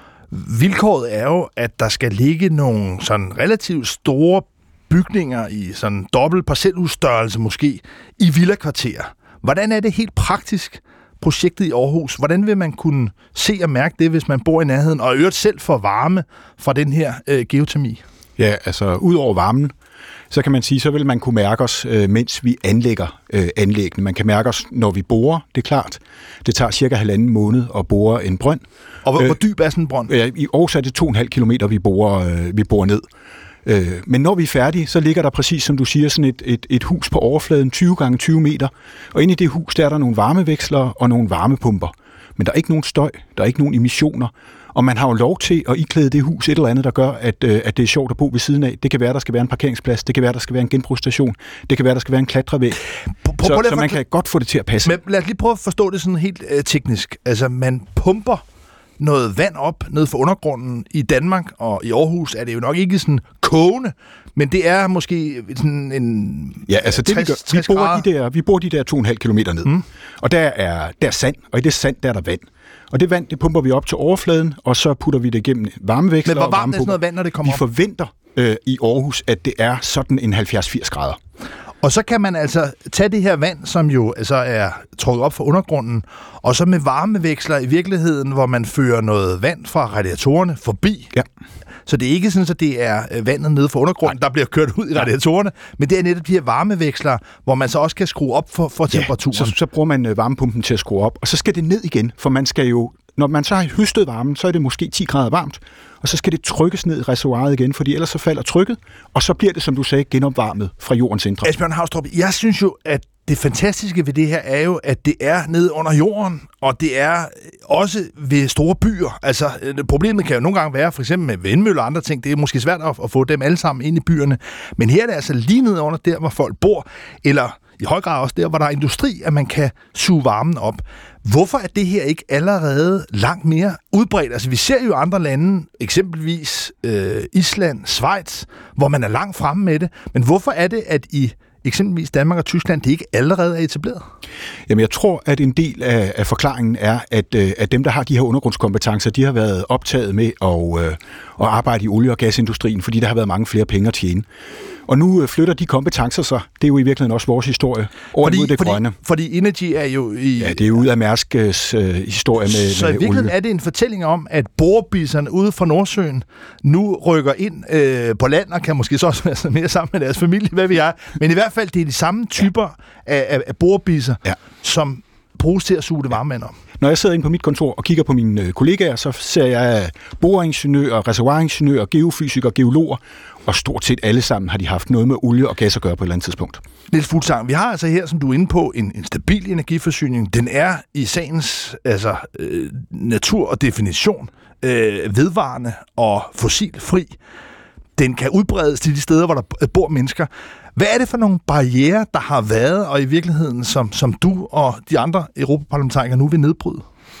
Vilkåret er jo, at der skal ligge nogle sådan relativt store bygninger i sådan dobbelt parcelhusstørrelse måske i villakvarterer. Hvordan er det helt praktisk, projektet i Aarhus? Hvordan vil man kunne se og mærke det, hvis man bor i nærheden, og i øvrigt selv får varme fra den her øh, geotermi? Ja, altså ud over varmen, så kan man sige, så vil man kunne mærke os, øh, mens vi anlægger øh, anlæggene. Man kan mærke os, når vi borer, det er klart. Det tager cirka halvanden måned at bore en brønd. Og hvor, øh, hvor dyb er sådan en brønd? Ja, i Aarhus er det to komma fem kilometer, vi borer, øh, vi borer ned. Øh, men når vi er færdige, så ligger der præcis, som du siger, sådan et, et, et hus på overfladen, tyve gange tyve meter. Og inde i det hus, der er der nogle varmevekslere og nogle varmepumper. Men der er ikke nogen støj, der er ikke nogen emissioner. Og man har jo lov til at iklæde det hus et eller andet, der gør, at, øh, at det er sjovt at bo ved siden af. Det kan være, der skal være en parkeringsplads. Det kan være, der skal være en genbrugsstation. Det kan være, der skal være en klatrevæg. Så, så, så man kan godt få det til at passe. Men lad os lige prøve at forstå det sådan helt øh, teknisk. Altså, man pumper noget vand op ned for undergrunden i Danmark, og i Aarhus er det jo nok ikke sådan kogende, men det er måske sådan en ja, altså det, tres, vi, gør, vi, bor de der, vi bor de der to komma fem kilometer ned, mm. og der er, der er sand, og i det sand der er der vand. Og det vand, det pumper vi op til overfladen, og så putter vi det igennem varmeveksler. Men hvor varmt er sådan noget vand, når det kommer vi op? Vi forventer øh, i Aarhus, at det er sådan en halvfjerds til firs grader. Og så kan man altså tage det her vand, som jo altså er trukket op fra undergrunden, og så med varmeveksler i virkeligheden, hvor man fører noget vand fra radiatorerne forbi. Ja. Så det er ikke sådan, at det er vandet nede fra undergrunden, Nej. der bliver kørt ud i radiatorerne, men det er netop de her varmeveksler, hvor man så også kan skrue op for, for temperaturen. Ja, så, så bruger man varmepumpen til at skrue op, og så skal det ned igen, for man skal jo, når man så har høstet varmen, så er det måske ti grader varmt, og så skal det trykkes ned i reservoiret igen, fordi ellers så falder trykket, og så bliver det, som du sagde, genopvarmet fra jordens indre. Asbjørn Haustrup, jeg synes jo, at det fantastiske ved det her er jo, at det er nede under jorden, og det er også ved store byer. Altså, problemet kan jo nogle gange være, for eksempel med vindmøller og andre ting, det er måske svært at, at få dem alle sammen ind i byerne, men her er det altså lige nede under der, hvor folk bor, eller i høj grad også der, hvor der er industri, at man kan suge varmen op. Hvorfor er det her ikke allerede langt mere udbredt? Altså, vi ser jo andre lande, eksempelvis øh, Island, Schweiz, hvor man er langt fremme med det, men hvorfor er det, at i eksempelvis Danmark og Tyskland, det ikke allerede er etableret? Jamen, jeg tror, at en del af, af forklaringen er, at, at dem, der har de her undergrundskompetencer, de har været optaget med at, at arbejde i olie- og gasindustrien, fordi der har været mange flere penge at tjene. Og nu flytter de kompetencer sig. Det er jo i virkeligheden også vores historie. Over fordi, mod det fordi, grønne. Fordi Energy er jo i... Ja, det er ud af Mærsk's øh, historie med, så med i virkeligheden olie. er det en fortælling om, at borebisserne ude fra Nordsøen nu rykker ind øh, på land, og kan måske så også være mere sammen med deres familie, hvad vi er. Men i hvert fald, det er de samme typer ja. af, af, af borebisser, ja. som bruges til at suge det varme vand om. Når jeg sidder inde på mit kontor og kigger på mine øh, kollegaer, så ser jeg boreingeniører, reservoiringeniører, geofysikere, geologer, og stort set alle sammen har de haft noget med olie og gas at gøre på et eller andet tidspunkt. Niels Fuglsang, vi har altså her, som du er inde på, en, en stabil energiforsyning. Den er i sagens altså, øh, natur og definition øh, vedvarende og fossilfri. Den kan udbredes til de steder, hvor der bor mennesker. Hvad er det for nogle barrierer, der har været, og i virkeligheden, som, som du og de andre europaparlamentarikere nu vil nedbryde?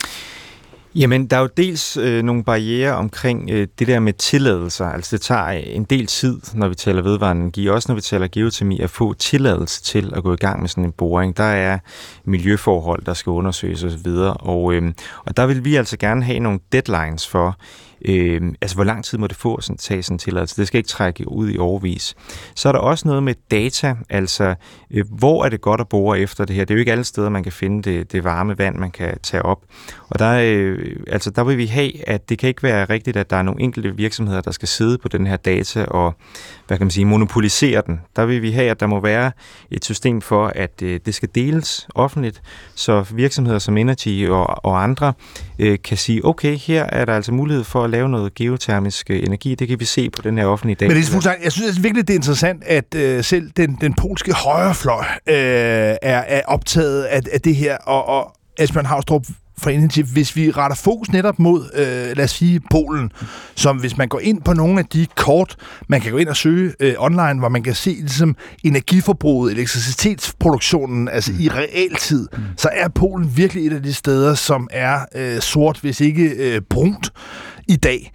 Jamen, der er jo dels øh, nogle barrierer omkring øh, det der med tilladelser. Altså, det tager en del tid, når vi taler vedvarende energi, også når vi taler geotermi, at få tilladelse til at gå i gang med sådan en boring. Der er miljøforhold, der skal undersøges osv., og, øh, og der vil vi altså gerne have nogle deadlines for, Øh, altså, hvor lang tid må det få at tage sådan en tilladelse? Det skal ikke trække ud i årevis. Så er der også noget med data, altså øh, hvor er det godt at bore efter det her? Det er jo ikke alle steder, man kan finde det, det varme vand, man kan tage op. Og der, øh, altså, der vil vi have, at det kan ikke være rigtigt, at der er nogle enkelte virksomheder, der skal sidde på den her data og, hvad kan man sige, monopolisere den. Der vil vi have, at der må være et system for, at øh, det skal deles offentligt, så virksomheder som Energy og, og andre øh, kan sige, okay, her er der altså mulighed for at lave noget geotermisk energi. Det kan vi se på den her offentlige data. Men det er fuldstændig, jeg synes virkelig, det er interessant, at øh, selv den, den polske højrefløj øh, er, er optaget af, af det her, og, og Asbjørn Haustrup fra Energy, hvis vi retter fokus netop mod, øh, lad os sige, Polen, som hvis man går ind på nogle af de kort, man kan gå ind og søge øh, online, hvor man kan se ligesom energiforbruget, elektricitetsproduktionen, altså mm. i realtid, mm. så er Polen virkelig et af de steder, som er øh, sort, hvis ikke øh, brunt i dag.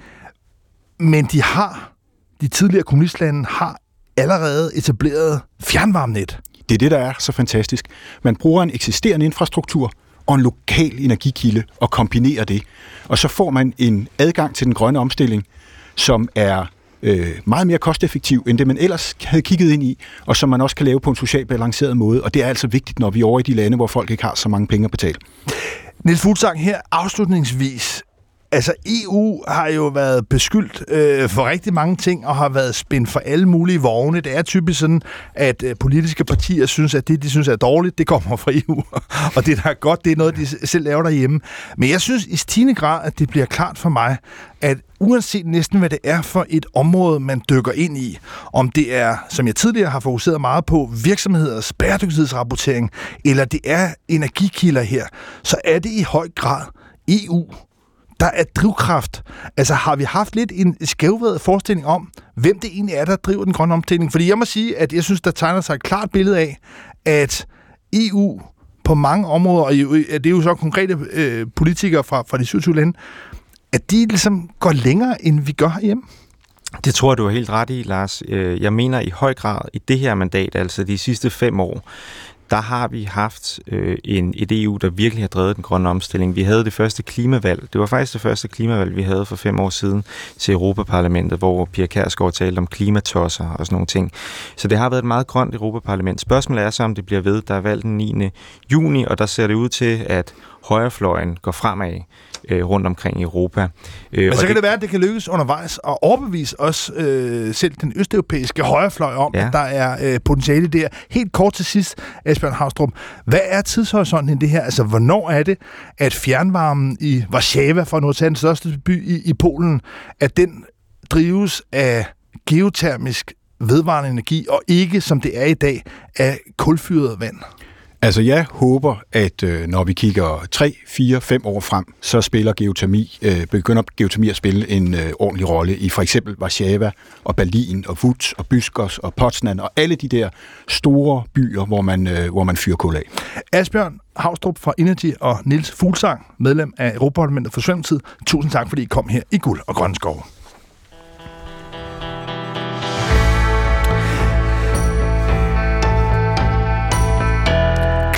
Men de har, de tidligere kommunistlande har allerede etableret fjernvarmenet. Det er det, der er så fantastisk. Man bruger en eksisterende infrastruktur og en lokal energikilde og kombinerer det. Og så får man en adgang til den grønne omstilling, som er øh, meget mere kosteffektiv, end det man ellers havde kigget ind i, og som man også kan lave på en socialt balanceret måde. Og det er altså vigtigt, når vi er over i de lande, hvor folk ikke har så mange penge at betale. Niels Fuglsang, her afslutningsvis. Altså, E U har jo været beskyldt øh, for rigtig mange ting, og har været spændt for alle mulige vogne. Det er typisk sådan, at øh, politiske partier synes, at det, de synes er dårligt, det kommer fra E U. Og det, der er godt, det er noget, de selv laver derhjemme. Men jeg synes i stigende grad, at det bliver klart for mig, at uanset næsten, hvad det er for et område, man dykker ind i, om det er, som jeg tidligere har fokuseret meget på, virksomheders bæredygtighedsrapportering, eller det er energikilder her, så er det i høj grad E U, der er drivkraft. Altså har vi haft lidt en skævvredet forestilling om, hvem det egentlig er, der driver den grønne omstilling? Fordi jeg må sige, at jeg synes, der tegner sig et klart billede af, at E U på mange områder, og det er jo så konkrete øh, politikere fra, fra de syvogtyve lande, at de ligesom går længere, end vi gør herhjemme. Det tror jeg, du er helt ret i, Lars. Jeg mener i høj grad i det her mandat, altså de sidste fem år, der har vi haft øh, en, et E U, der virkelig har drevet den grønne omstilling. Vi havde det første klimavalg. Det var faktisk det første klimavalg, vi havde for fem år siden til Europaparlamentet, hvor Pia Kjærsgaard talte om klimatosser og sådan nogle ting. Så det har været et meget grønt Europaparlament. Spørgsmålet er så, om det bliver ved. Der er valgt den niende juni, og der ser det ud til, at højrefløjen går fremad øh, rundt omkring i Europa. Øh, Men så kan det, det være, at det kan lykkes undervejs at overbevise os, øh, selv den østeuropæiske højrefløj, om, ja. at der er øh, potentiale der. Helt kort til sidst, Asbjørn Haustrup, hvad er tidshorisonten i det her? Altså, hvornår er det, at fjernvarmen i Warszawa, for nu at tage den største by i, i Polen, at den drives af geotermisk vedvarende energi, og ikke, som det er i dag, af kulfyret vand? Altså, jeg håber, at øh, når vi kigger tre, fire, fem år frem, så spiller geotermi, øh, begynder geotermi at spille en øh, ordentlig rolle i for eksempel Warszawa og Berlin og Łódź og Bydgoszcz og Poznań og alle de der store byer, hvor man, øh, hvor man fyrer kul af. Asbjørn Haustrup fra Energy og Niels Fuglsang, medlem af Europaparlamentet for Socialdemokratiet. Tusind tak, fordi I kom her i Guld og Grønne Skove.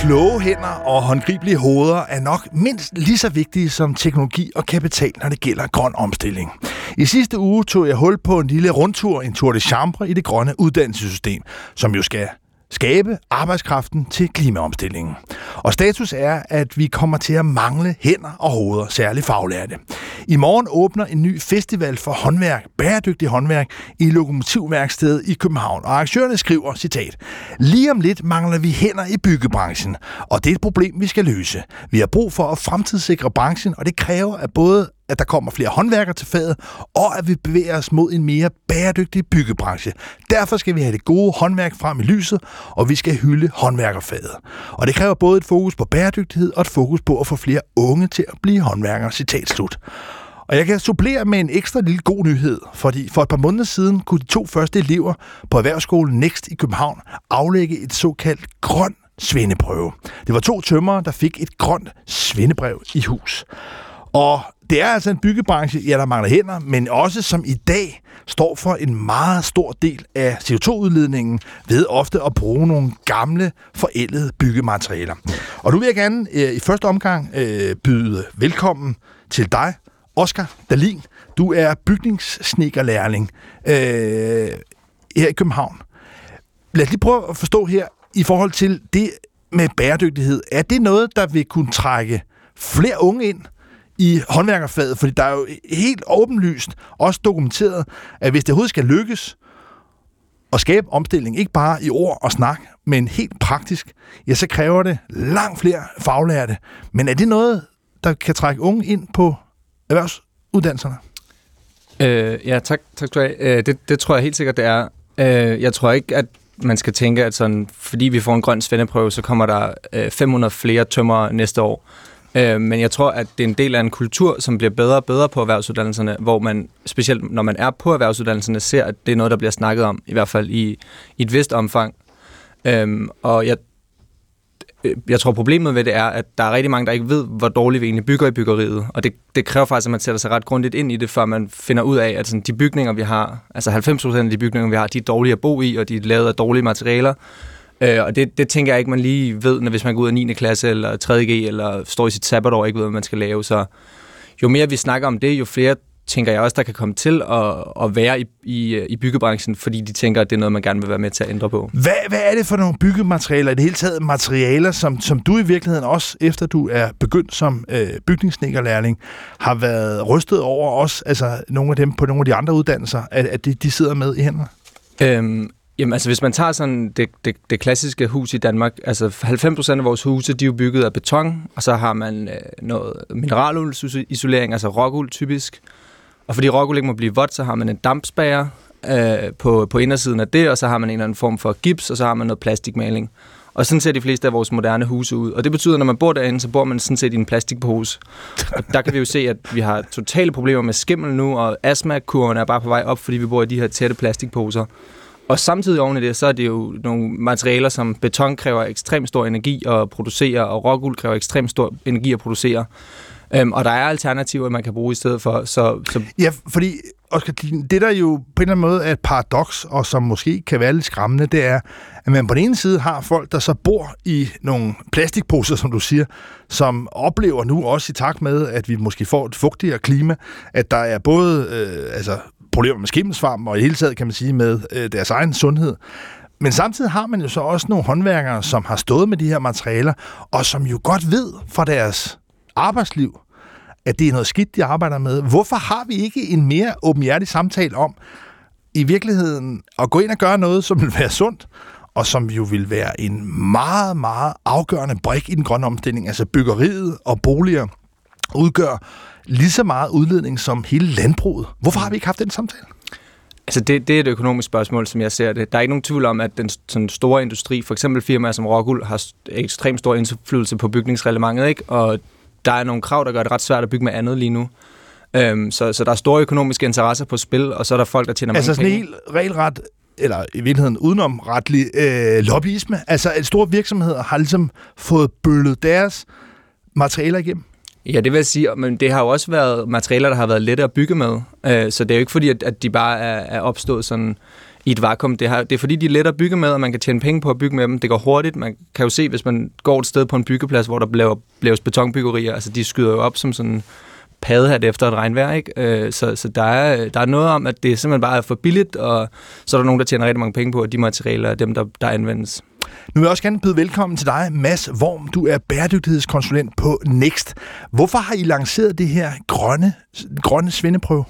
Kloge hænder og håndgribelige hoveder er nok mindst lige så vigtige som teknologi og kapital, når det gælder grøn omstilling. I sidste uge tog jeg hul på en lille rundtur, en tour de chambre i det grønne uddannelsessystem, som jo skal skabe arbejdskraften til klimaomstillingen. Og status er, at vi kommer til at mangle hænder og hoveder, særligt faglærte. I morgen åbner en ny festival for håndværk, bæredygtig håndværk, i Lokomotivværkstedet i København. Og arrangørerne skriver, citat, lige om lidt mangler vi hænder i byggebranchen, og det er et problem, vi skal løse. Vi har brug for at fremtidssikre branchen, og det kræver, at både at der kommer flere håndværkere til faget, og at vi bevæger os mod en mere bæredygtig byggebranche. Derfor skal vi have det gode håndværk frem i lyset, og vi skal hylde håndværkerfaget. Og det kræver både et fokus på bæredygtighed og et fokus på at få flere unge til at blive håndværkere, citat slut. Og jeg kan supplere med en ekstra lille god nyhed, fordi for et par måneder siden kunne de to første elever på Erhvervsskolen Next i København aflægge et såkaldt grøn svendeprøve. Det var to tømrere, der fik et grønt svendebrev i hus. Og det er altså en byggebranche, ja, der mangler hænder, men også som i dag står for en meget stor del af C O to udledningen ved ofte at bruge nogle gamle, forældede byggematerialer. Og nu vil jeg gerne øh, i første omgang øh, byde velkommen til dig, Oscar Dahlin. Du er bygningssnedkerlærling øh, her i København. Lad os lige prøve at forstå her i forhold til det med bæredygtighed. Er det noget, der vil kunne trække flere unge ind i håndværkerfaget? Fordi der er jo helt åbenlyst også dokumenteret, at hvis det overhovedet skal lykkes at skabe omstilling, ikke bare i ord og snak, men helt praktisk, ja, så kræver det langt flere faglærte. Men er det noget, der kan trække unge ind på erhvervsuddannelserne? Øh, ja, tak, tak skal du have. Øh, det, det tror jeg helt sikkert, det er. Øh, jeg tror ikke, at man skal tænke, at sådan, fordi vi får en grøn svendeprøve, så kommer der øh, fem hundrede flere tømrere næste år. Øh, men jeg tror, at det er en del af en kultur, som bliver bedre og bedre på erhvervsuddannelserne, hvor man, specielt når man er på erhvervsuddannelserne, ser, at det er noget, der bliver snakket om, i hvert fald i, i et vist omfang. Øh, og jeg, jeg tror, problemet ved det er, at der er rigtig mange, der ikke ved, hvor dårligt vi egentlig bygger i byggeriet. Og det, det kræver faktisk, at man sætter sig ret grundigt ind i det, før man finder ud af, at sådan, de bygninger, vi har, altså halvfems procent af de bygninger, vi har, de er dårlige at bo i, og de er lavet af dårlige materialer. Øh, og det, det tænker jeg ikke, man lige ved, når hvis man går ud af niende klasse eller tredje G, eller står i sit sabbatår og ikke ved, hvad man skal lave. Så jo mere vi snakker om det, jo flere tænker jeg også, der kan komme til at, at være i, i, i byggebranchen, fordi de tænker, at det er noget, man gerne vil være med til at ændre på. Hvad, hvad er det for nogle byggematerialer, i det hele taget materialer, som, som du i virkeligheden også, efter du er begyndt som øh, bygningssnedkerlærling, har været rystet over også, altså nogle af dem på nogle af de andre uddannelser, at, at de, de sidder med i hænderne? Øhm, Jamen altså, hvis man tager sådan det, det, det klassiske hus i Danmark, altså halvfems procent af vores huse, de er jo bygget af beton, og så har man øh, noget mineraluldisolering, altså rockuld typisk. Og fordi rockuld ikke må blive vådt, så har man en dampspærre øh, på, på indersiden af det, og så har man en eller anden form for gips, og så har man noget plastikmaling. Og sådan ser de fleste af vores moderne huse ud. Og det betyder, at når man bor derinde, så bor man sådan set i en plastikpose. Og der kan vi jo se, at vi har totale problemer med skimmel nu, og astmakurven er bare på vej op, fordi vi bor i de her tætte plastikposer. Og samtidig oven i det, så er det jo nogle materialer, som beton kræver ekstremt stor energi at producere, og rockuld kræver ekstremt stor energi at producere. Øhm, og der er alternativer, man kan bruge i stedet for. Så, så ja, fordi Oscar, det der jo på en eller anden måde er et paradoks, og som måske kan være lidt skræmmende, det er, at man på den ene side har folk, der så bor i nogle plastikposer, som du siger, som oplever nu også i takt med, at vi måske får et fugtigere klima, at der er både øh, altså problemer med skimmelsvamp, og i hele taget kan man sige med øh, deres egen sundhed. Men samtidig har man jo så også nogle håndværkere, som har stået med de her materialer, og som jo godt ved fra deres arbejdsliv, at det er noget skidt, de arbejder med. Hvorfor har vi ikke en mere åbenhjertig samtale om, i virkeligheden, at gå ind og gøre noget, som vil være sundt, og som jo vil være en meget, meget afgørende brik i den grønne omstilling, altså byggeriet og boliger, udgør lige så meget udledning som hele landbruget. Hvorfor har vi ikke haft den samtale? Altså det, det er et økonomisk spørgsmål, som jeg ser det. Der er ikke nogen tvivl om, at den sådan store industri, for eksempel firmaer som rockuld, har ekstremt stor indflydelse på bygningsreglementet, ikke? Og der er nogle krav, der gør det ret svært at bygge med andet lige nu. Øhm, så, så der er store økonomiske interesser på spil, og så er der folk, der tjener altså mange penge. Altså sådan helt regelret, eller i virkeligheden udenomretlig øh, lobbyisme. Altså at store virksomheder har ligesom fået bøllet deres materialer igennem. Ja, det vil jeg sige, men det har jo også været materialer, der har været lette at bygge med. Så det er jo ikke fordi, at de bare er opstået sådan i et vakuum. Det, har, det er fordi, de er let at bygge med, og man kan tjene penge på at bygge med dem. Det går hurtigt. Man kan jo se, hvis man går et sted på en byggeplads, hvor der bliver laves betonbyggerier, altså de skyder jo op som sådan paddehat efter et regnvejr, ikke? Øh, så så der, er, der er noget om, at det simpelthen bare er for billigt, og så er der nogen, der tjener rigtig mange penge på, at de materialer er dem, der, der anvendes. Nu vil jeg også gerne byde velkommen til dig, Mads Worm. Du er bæredygtighedskonsulent på Next. Hvorfor har I lanceret det her grønne, grønne svendeprøve?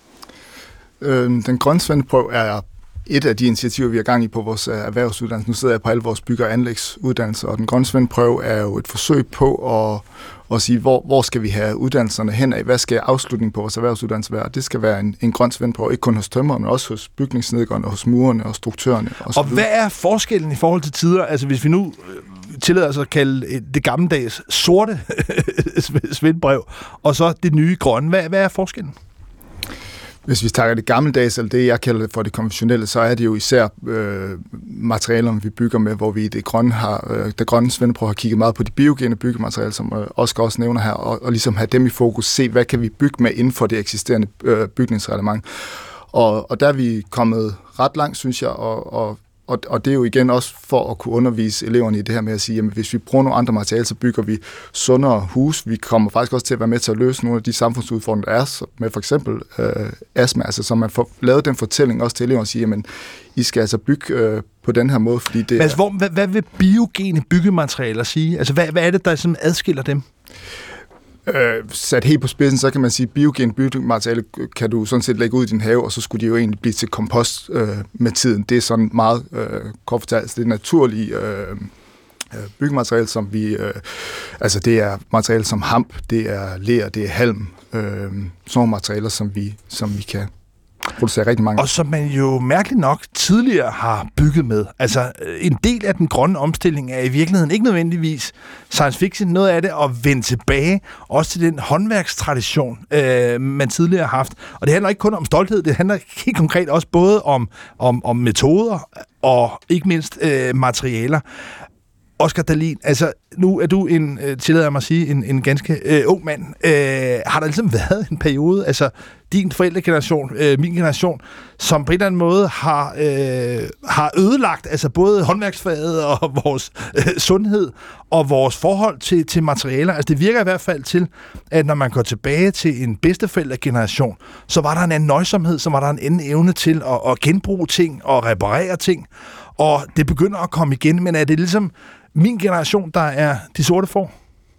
Øh, den grønne svendeprøve er et af de initiativer, vi har gang i på vores erhvervsuddannelse. Nu sidder jeg på alle vores bygge- og anlægsuddannelser, og den grønne svendeprøve er jo et forsøg på at, at sige, hvor, hvor skal vi have uddannelserne hen af? Hvad skal afslutningen på vores erhvervsuddannelse være? Det skal være en, en grøn svendeprøve, ikke kun hos tømrerne, men også hos bygningsnedgående, hos murerne og struktørerne. Og, og hvad er forskellen i forhold til tider? Altså hvis vi nu tillader os at kalde det gammeldags sorte svendebrev, og så det nye grønne. Hvad, hvad er forskellen? Hvis vi tager det gammeldags, eller det jeg kalder det for det konventionelle, så er det jo især øh, materialerne, vi bygger med, hvor vi i det grønne har, øh, det grønne svendeprøve har kigget meget på de biogene byggematerialer, som øh, Oscar også nævner her, og, og ligesom have dem i fokus, se hvad kan vi bygge med inden for det eksisterende øh, bygningsreglement. Og, og der er vi kommet ret langt, synes jeg, og, og Og, og det er jo igen også for at kunne undervise eleverne i det her med at sige, at hvis vi bruger nogle andre materialer, så bygger vi sundere hus. Vi kommer faktisk også til at være med til at løse nogle af de samfundsudfordringer, der er med for eksempel øh, astma. Altså, så man får lavet den fortælling også til eleverne og sige, at I skal altså bygge øh, på den her måde, fordi det Men altså, hvor, hvad, hvad vil biogene byggematerialer sige? Altså, hvad, hvad er det, der sådan adskiller dem? Øh, sat helt på spidsen, så kan man sige, at biogen byggemateriale kan du sådan set lægge ud i din have, og så skulle de jo egentlig blive til kompost øh, med tiden. Det er sådan meget øh, kort fortalt. Det er naturlige øh, byggemateriale, som vi... Øh, altså det er materiale som hamp, det er ler, det er halm. Øh, sådan nogle materialer, som vi, som vi kan producere rigtig mange. Og som man jo mærkeligt nok tidligere har bygget med. Altså en del af den grønne omstilling er i virkeligheden ikke nødvendigvis science fiction. Noget af det at vende tilbage også til den håndværkstradition, øh, man tidligere har haft. Og det handler ikke kun om stolthed, det handler helt konkret også både om, om, om metoder og ikke mindst øh, materialer. Oscar Dahlin, altså nu er du en, øh, tillader jeg mig at sige, en, en ganske øh, ung mand. Øh, har der ligesom været en periode, altså din forældregeneration, øh, min generation, som på en eller anden måde har, øh, har ødelagt altså både håndværksfaget og vores øh, sundhed og vores forhold til, til materialer. Altså det virker i hvert fald til, at når man går tilbage til en bedsteforældregeneration, så var der en anden nøjsomhed, så var der en anden evne til at, at genbruge ting og reparere ting. Og det begynder at komme igen, men er det ligesom min generation, der er de sorte får?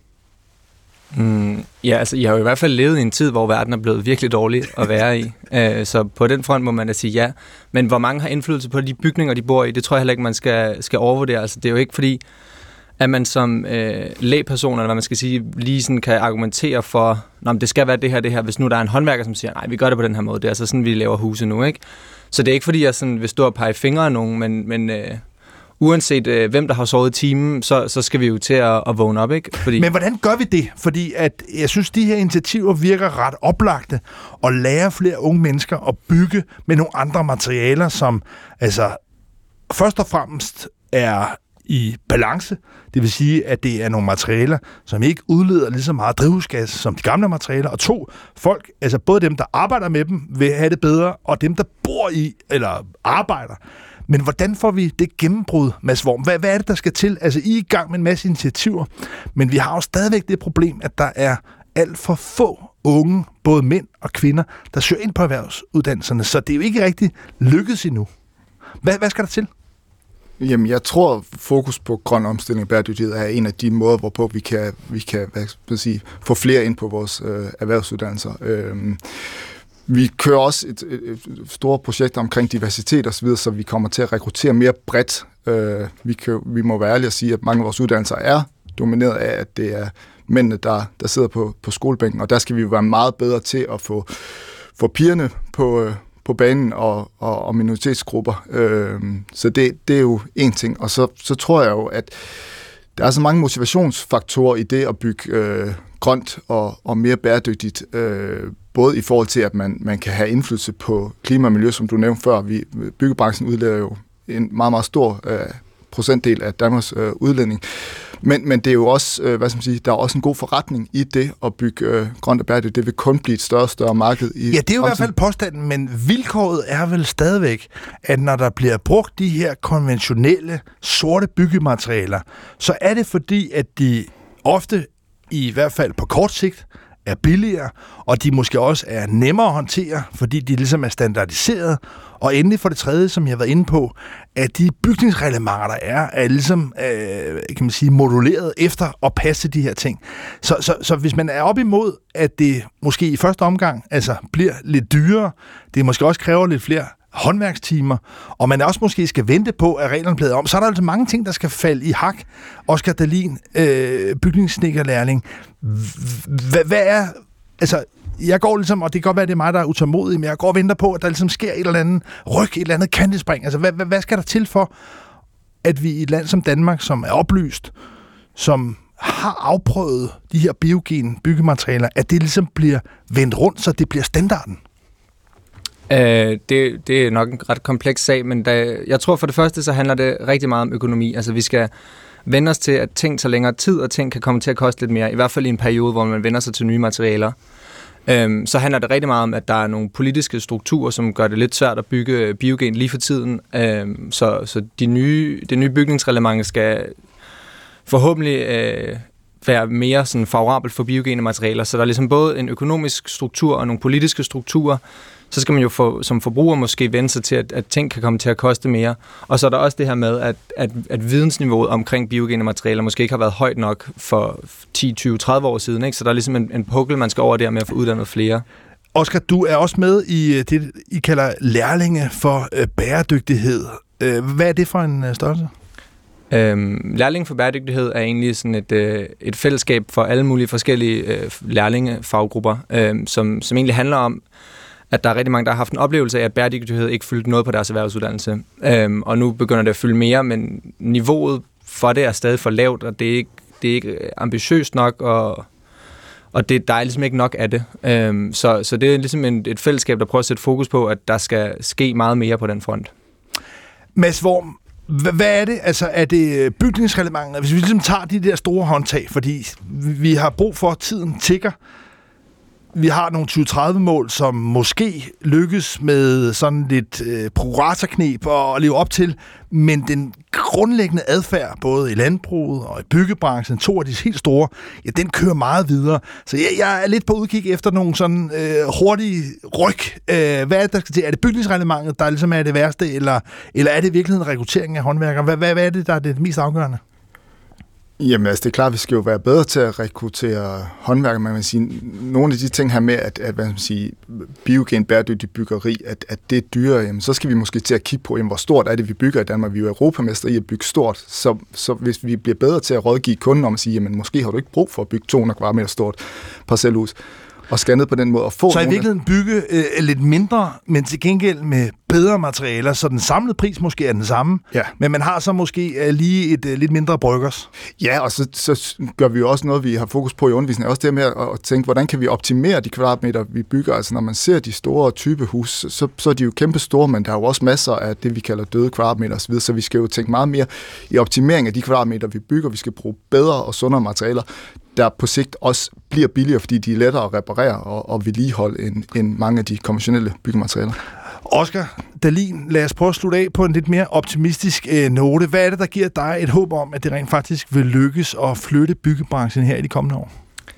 Mm, ja, altså, jeg har jo i hvert fald levet i en tid, hvor verden er blevet virkelig dårlig at være i. Uh, så på den front må man da sige ja. Men hvor mange har indflydelse på de bygninger, de bor i, det tror jeg heller ikke, man skal, skal overvurdere. Altså, det er jo ikke fordi, at man som øh, lægperson, eller hvad man skal sige, lige sådan kan argumentere for, nå, men det skal være det her, det her. Hvis nu der er en håndværker, som siger, nej, vi gør det på den her måde. Det er altså sådan, vi laver huse nu, ikke? Så det er ikke fordi, jeg sådan vil stå og pege fingre af nogen, men, men øh, uanset øh, hvem der har sovet i timen, så, så skal vi jo til at, at vågne op, ikke? Fordi... Men hvordan gør vi det? Fordi at jeg synes, de her initiativer virker ret oplagte og lære flere unge mennesker at bygge med nogle andre materialer, som altså først og fremmest er i balance. Det vil sige, at det er nogle materialer, som ikke udleder lige så meget drivhusgas som de gamle materialer. Og to, folk, altså både dem, der arbejder med dem, vil have det bedre, og dem, der bor i eller arbejder. Men hvordan får vi det gennembrud, Mads Worm? Hvad, hvad er det, der skal til? Altså, I er i gang med en masse initiativer, men vi har jo stadigvæk det problem, at der er alt for få unge, både mænd og kvinder, der søger ind på erhvervsuddannelserne. Så det er jo ikke rigtig lykkedes endnu. Hvad, hvad skal der til? Jamen, jeg tror, fokus på grøn omstilling og bæredygtighed er en af de måder, hvorpå vi kan, vi kan hvad skal jeg sige, få flere ind på vores øh, erhvervsuddannelser. Øhm, vi kører også et, et, et stort projekt omkring diversitet og så videre, så vi kommer til at rekruttere mere bredt. Øh, vi, kan, vi må være ærlige at sige, at mange af vores uddannelser er domineret af, at det er mændene, der, der sidder på, på skolebænken, og der skal vi være meget bedre til at få, få pigerne på øh, på banen og, og, og minoritetsgrupper. Øh, så det, det er jo en ting. Og så, så tror jeg jo, at der er så mange motivationsfaktorer i det at bygge øh, grønt og, og mere bæredygtigt. Øh, både i forhold til, at man, man kan have indflydelse på klima og miljø, som du nævnte før. Vi, byggebranchen udleder jo en meget, meget stor øh, procentdel af Danmarks øh, udledning. Men, men det er jo også, øh, hvad skal man sige, der er også en god forretning i det at bygge øh, grønt og bæredygtigt. Det vil kun blive et større og større marked i. Ja, det er jo i hvert fald påstanden, men vilkåret er vel stadigvæk, at når der bliver brugt de her konventionelle sorte byggematerialer, så er det fordi, at de ofte, i hvert fald på kort sigt, er billigere, og de måske også er nemmere at håndtere, fordi de ligesom er standardiseret. Og endelig for det tredje, som jeg har været inde på, at de bygningsreglementer, der er, er ligesom, øh, kan man sige, moduleret efter at passe de her ting. Så, så, så hvis man er op imod, at det måske i første omgang altså bliver lidt dyrere, det måske også kræver lidt flere håndværkstimer, og man også måske skal vente på, at reglerne bliver om, så er der altså mange ting, der skal falde i hak. Oscar Dahlin, øh, bygningssnedkerlærling. Hvad er, altså, jeg går ligesom, og det kan godt være, at det er mig, der er utålmodig, men jeg går og venter på, at der ligesom sker et eller andet ryg, et eller andet kantespring. Altså, hvad, hvad skal der til for, at vi i et land som Danmark, som er oplyst, som har afprøvet de her biogene byggematerialer, at det ligesom bliver vendt rundt, så det bliver standarden? Øh, det, det er nok en ret kompleks sag, men da, jeg tror for det første, så handler det rigtig meget om økonomi. Altså vi skal vende os til, at ting tager længere tid, og ting kan komme til at koste lidt mere, i hvert fald i en periode, hvor man vender sig til nye materialer. Øhm, så handler det rigtig meget om, at der er nogle politiske strukturer, som gør det lidt svært at bygge biogen lige for tiden. Øhm, så så de nye, det nye bygningsreglement skal forhåbentlig øh, være mere sådan favorabelt for biogene materialer. Så der er ligesom både en økonomisk struktur og nogle politiske strukturer. Så skal man jo få, som forbruger måske vende sig til, at, at ting kan komme til at koste mere. Og så er der også det her med, at, at, at vidensniveauet omkring biogene materialer måske ikke har været højt nok for ti, tyve, tredive år siden. Ikke? Så der er ligesom en, en pukkel, man skal over der med at få uddannet flere. Oscar, du er også med i det, I kalder lærlinge for øh, bæredygtighed. Øh, hvad er det for en øh, størrelse? Øhm, lærling for bæredygtighed er egentlig sådan et, øh, et fællesskab for alle mulige forskellige øh, lærlingefagsgrupper, øh, som, som egentlig handler om, at der er rigtig mange, der har haft en oplevelse af, at bæredygtighed ikke fyldte noget på deres erhvervsuddannelse. Øhm, og nu begynder det at fylde mere, men niveauet for det er stadig for lavt, og det er ikke, det er ikke ambitiøst nok, og, og det, der er ligesom ikke nok af det. Øhm, så, så det er ligesom en, et fællesskab, der prøver at sætte fokus på, at der skal ske meget mere på den front. Mads Worm, hvad er det? Altså, er det bygningsreglementer? Hvis vi ligesom tager de der store håndtag, fordi vi har brug for, at tiden tikker. Vi har nogle tyve tredive-mål, som måske lykkes med sådan lidt øh, prorata-knep at leve op til, men den grundlæggende adfærd, både i landbruget og i byggebranchen, to af de helt store, ja, den kører meget videre. Så jeg, jeg er lidt på udkig efter nogle sådan øh, hurtige ryg. Øh, hvad er det, der skal til? Er det bygningsreglementet, der ligesom er det værste, eller, eller er det i virkeligheden rekruttering af håndværkere? Hvad, hvad, hvad er det, der er det mest afgørende? Jamen altså, det er klart, at vi skal jo være bedre til at rekruttere håndværkere. Man kan sige, nogle af de ting her med, at, at hvad man sige, biogen bæredygtig byggeri, at, at det er dyrere, jamen, så skal vi måske til at kigge på, jamen, hvor stort er det, vi bygger i Danmark. Vi er jo europamestre i at bygge stort, så, så hvis vi bliver bedre til at rådgive kunden om at sige, jamen måske har du ikke brug for at bygge to hundrede kvadratmeter stort parcelhus, og skal ned på den måde og få. Så i virkeligheden bygge øh, lidt mindre, men til gengæld med bedre materialer, så den samlede pris måske er den samme, ja. Men man har så måske øh, lige et øh, lidt mindre bryggers. Ja, og så, så gør vi jo også noget, vi har fokus på i undervisningen, også det med at, at tænke, hvordan kan vi optimere de kvadratmeter, vi bygger. Altså når man ser de store type hus, så, så er de jo kæmpe store, men der er jo også masser af det, vi kalder døde kvadratmeter osv., så vi skal jo tænke meget mere i optimering af de kvadratmeter, vi bygger. Vi skal bruge bedre og sundere materialer, der på sigt også bliver billigere, fordi de er lettere at reparere og, og vedligeholde end, end mange af de konventionelle byggematerialer. Oscar Dahlin, lad os prøve at slutte af på en lidt mere optimistisk øh, note. Hvad er det, der giver dig et håb om, at det rent faktisk vil lykkes at flytte byggebranchen her i de kommende år?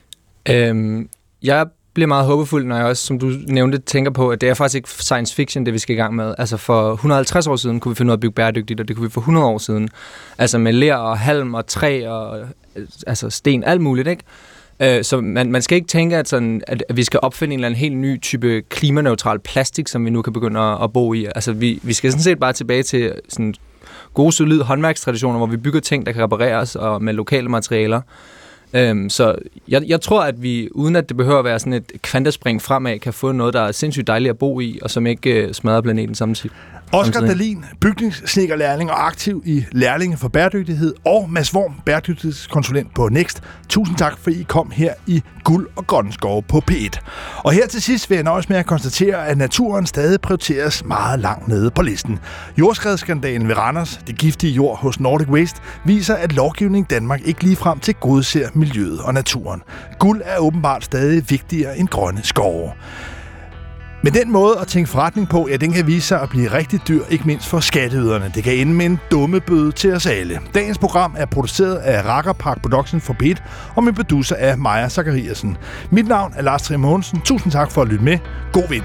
Øhm, jeg bliver meget håbefuld, når jeg også, som du nævnte, tænker på, at det er faktisk ikke science fiction, det vi skal i gang med. Altså for et hundrede og halvtreds år siden kunne vi finde ud af at bygge bæredygtigt, og det kunne vi for hundrede år siden. Altså med ler og halm og træ og altså sten, alt muligt, ikke? Så man, man skal ikke tænke, at, sådan, at vi skal opfinde en eller anden helt ny type klimaneutral plastik, som vi nu kan begynde at, at bo i. Altså vi, vi skal sådan set bare tilbage til sådan gode, solide håndværkstraditioner, hvor vi bygger ting, der kan repareres og med lokale materialer. Øhm, så jeg, jeg tror, at vi, uden at det behøver at være sådan et kvantespring fremad, kan få noget, der er sindssygt dejligt at bo i, og som ikke øh, smadrer planeten samtidig. Oscar Dahlin, bygningssnedkerlærling og aktiv i Lærlinge for Bæredygtighed, og Mads Worm, bæredygtighedskonsulent på Next. Tusind tak, for I kom her i Guld og Grønne Skove på P et. Og her til sidst vil jeg nøjes med at konstatere, at naturen stadig prioriteres meget langt nede på listen. Jordskredsskandalen ved Randers, det giftige jord hos Nordic Waste, viser, at lovgivningen i Danmark ikke ligefrem til godser miljøet og naturen. Guld er åbenbart stadig vigtigere end grønne skove. Men den måde at tænke forretning på, ja, den kan vise sig at blive rigtig dyr, ikke mindst for skatteyderne. Det kan ende med en dumme bøde til os alle. Dagens program er produceret af Rakker Park Production for P et, og min producer er Maja Zachariasen. Mit navn er Lars Trier Mogensen. Tusind tak for at lytte med. God vind.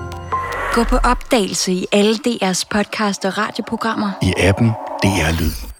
Gå på opdagelse i alle D R's podcast og radioprogrammer. I appen D R Lyd.